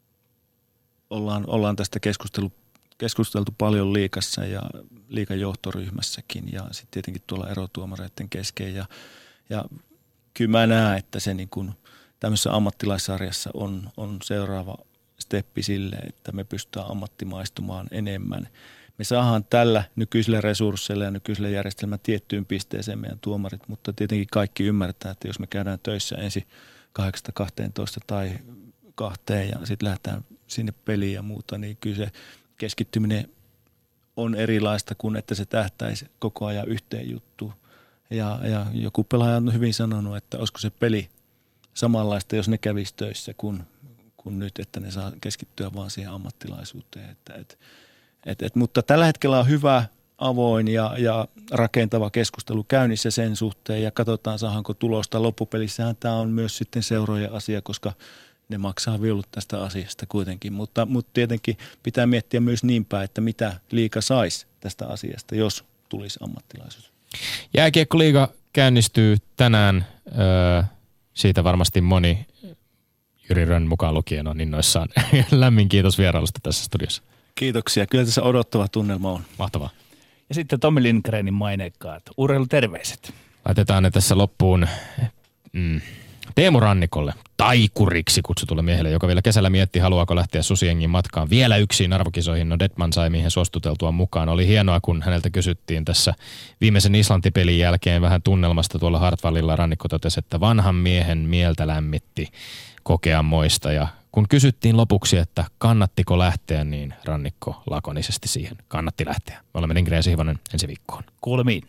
ollaan, ollaan tästä keskustelu, keskusteltu paljon liigassa ja liigan johtoryhmässäkin ja sitten tietenkin tuolla erotuomareiden kesken. Ja, ja kyllä mä näen, että se niin kuin tämmöisessä ammattilaissarjassa on, on seuraava steppi sille, että me pystytään ammattimaistumaan enemmän. Me saadaan tällä nykyisillä resursseilla ja nykyisellä järjestelmällä tiettyyn pisteeseen meidän tuomarit, mutta tietenkin kaikki ymmärtää, että jos me käydään töissä ensin kahdeksasta kahteentoista tai kahteen ja sitten lähdetään sinne peliin ja muuta, niin kyllä se keskittyminen on erilaista kuin että se tähtäisi koko ajan yhteen juttuun. Ja, ja joku pelaaja on hyvin sanonut, että olisiko se peli samanlaista, jos ne kävisi töissä kuin, kuin nyt, että ne saa keskittyä vaan siihen ammattilaisuuteen. Että, et, et, et, mutta tällä hetkellä on hyvä, avoin ja, ja rakentava keskustelu käynnissä sen suhteen ja katsotaan saadaanko tulosta. Loppupelissähän tämä on myös sitten seurojen asia, koska ne maksaa viulut tästä asiasta kuitenkin, mutta, mutta tietenkin pitää miettiä myös niin päin, että mitä liiga saisi tästä asiasta, jos tulisi ammattilaisuus. Jääkiekkoliiga käynnistyy tänään. Öö, siitä varmasti moni, Jyri Rönn mukaan lukien, on innoissaan. Lämmin kiitos vierailusta tässä studiossa. Kiitoksia. Kyllä tässä odottava tunnelma on. Mahtavaa. Ja sitten Tommi Lindgrenin maineikkaat urheiluterveiset. Laitetaan ne tässä loppuun mm, Teemu Rannikolle, taikuriksi kutsutulle miehelle, joka vielä kesällä mietti, haluaako lähteä Susiengin matkaan vielä yksin arvokisoihin. No Detman sai mihin suostuteltua mukaan. Oli hienoa, kun häneltä kysyttiin tässä viimeisen Islanti-pelin jälkeen vähän tunnelmasta tuolla Hartwallilla. Rannikko totesi, että vanhan miehen mieltä lämmitti kokea moista. Ja kun kysyttiin lopuksi, että kannattiko lähteä, niin Rannikko lakonisesti siihen kannatti lähteä. Me olemme Lindgren ja Sihvonen ensi viikkoon. Kuulemiin.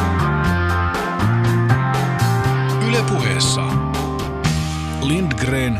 Yle Puheessa Lindgren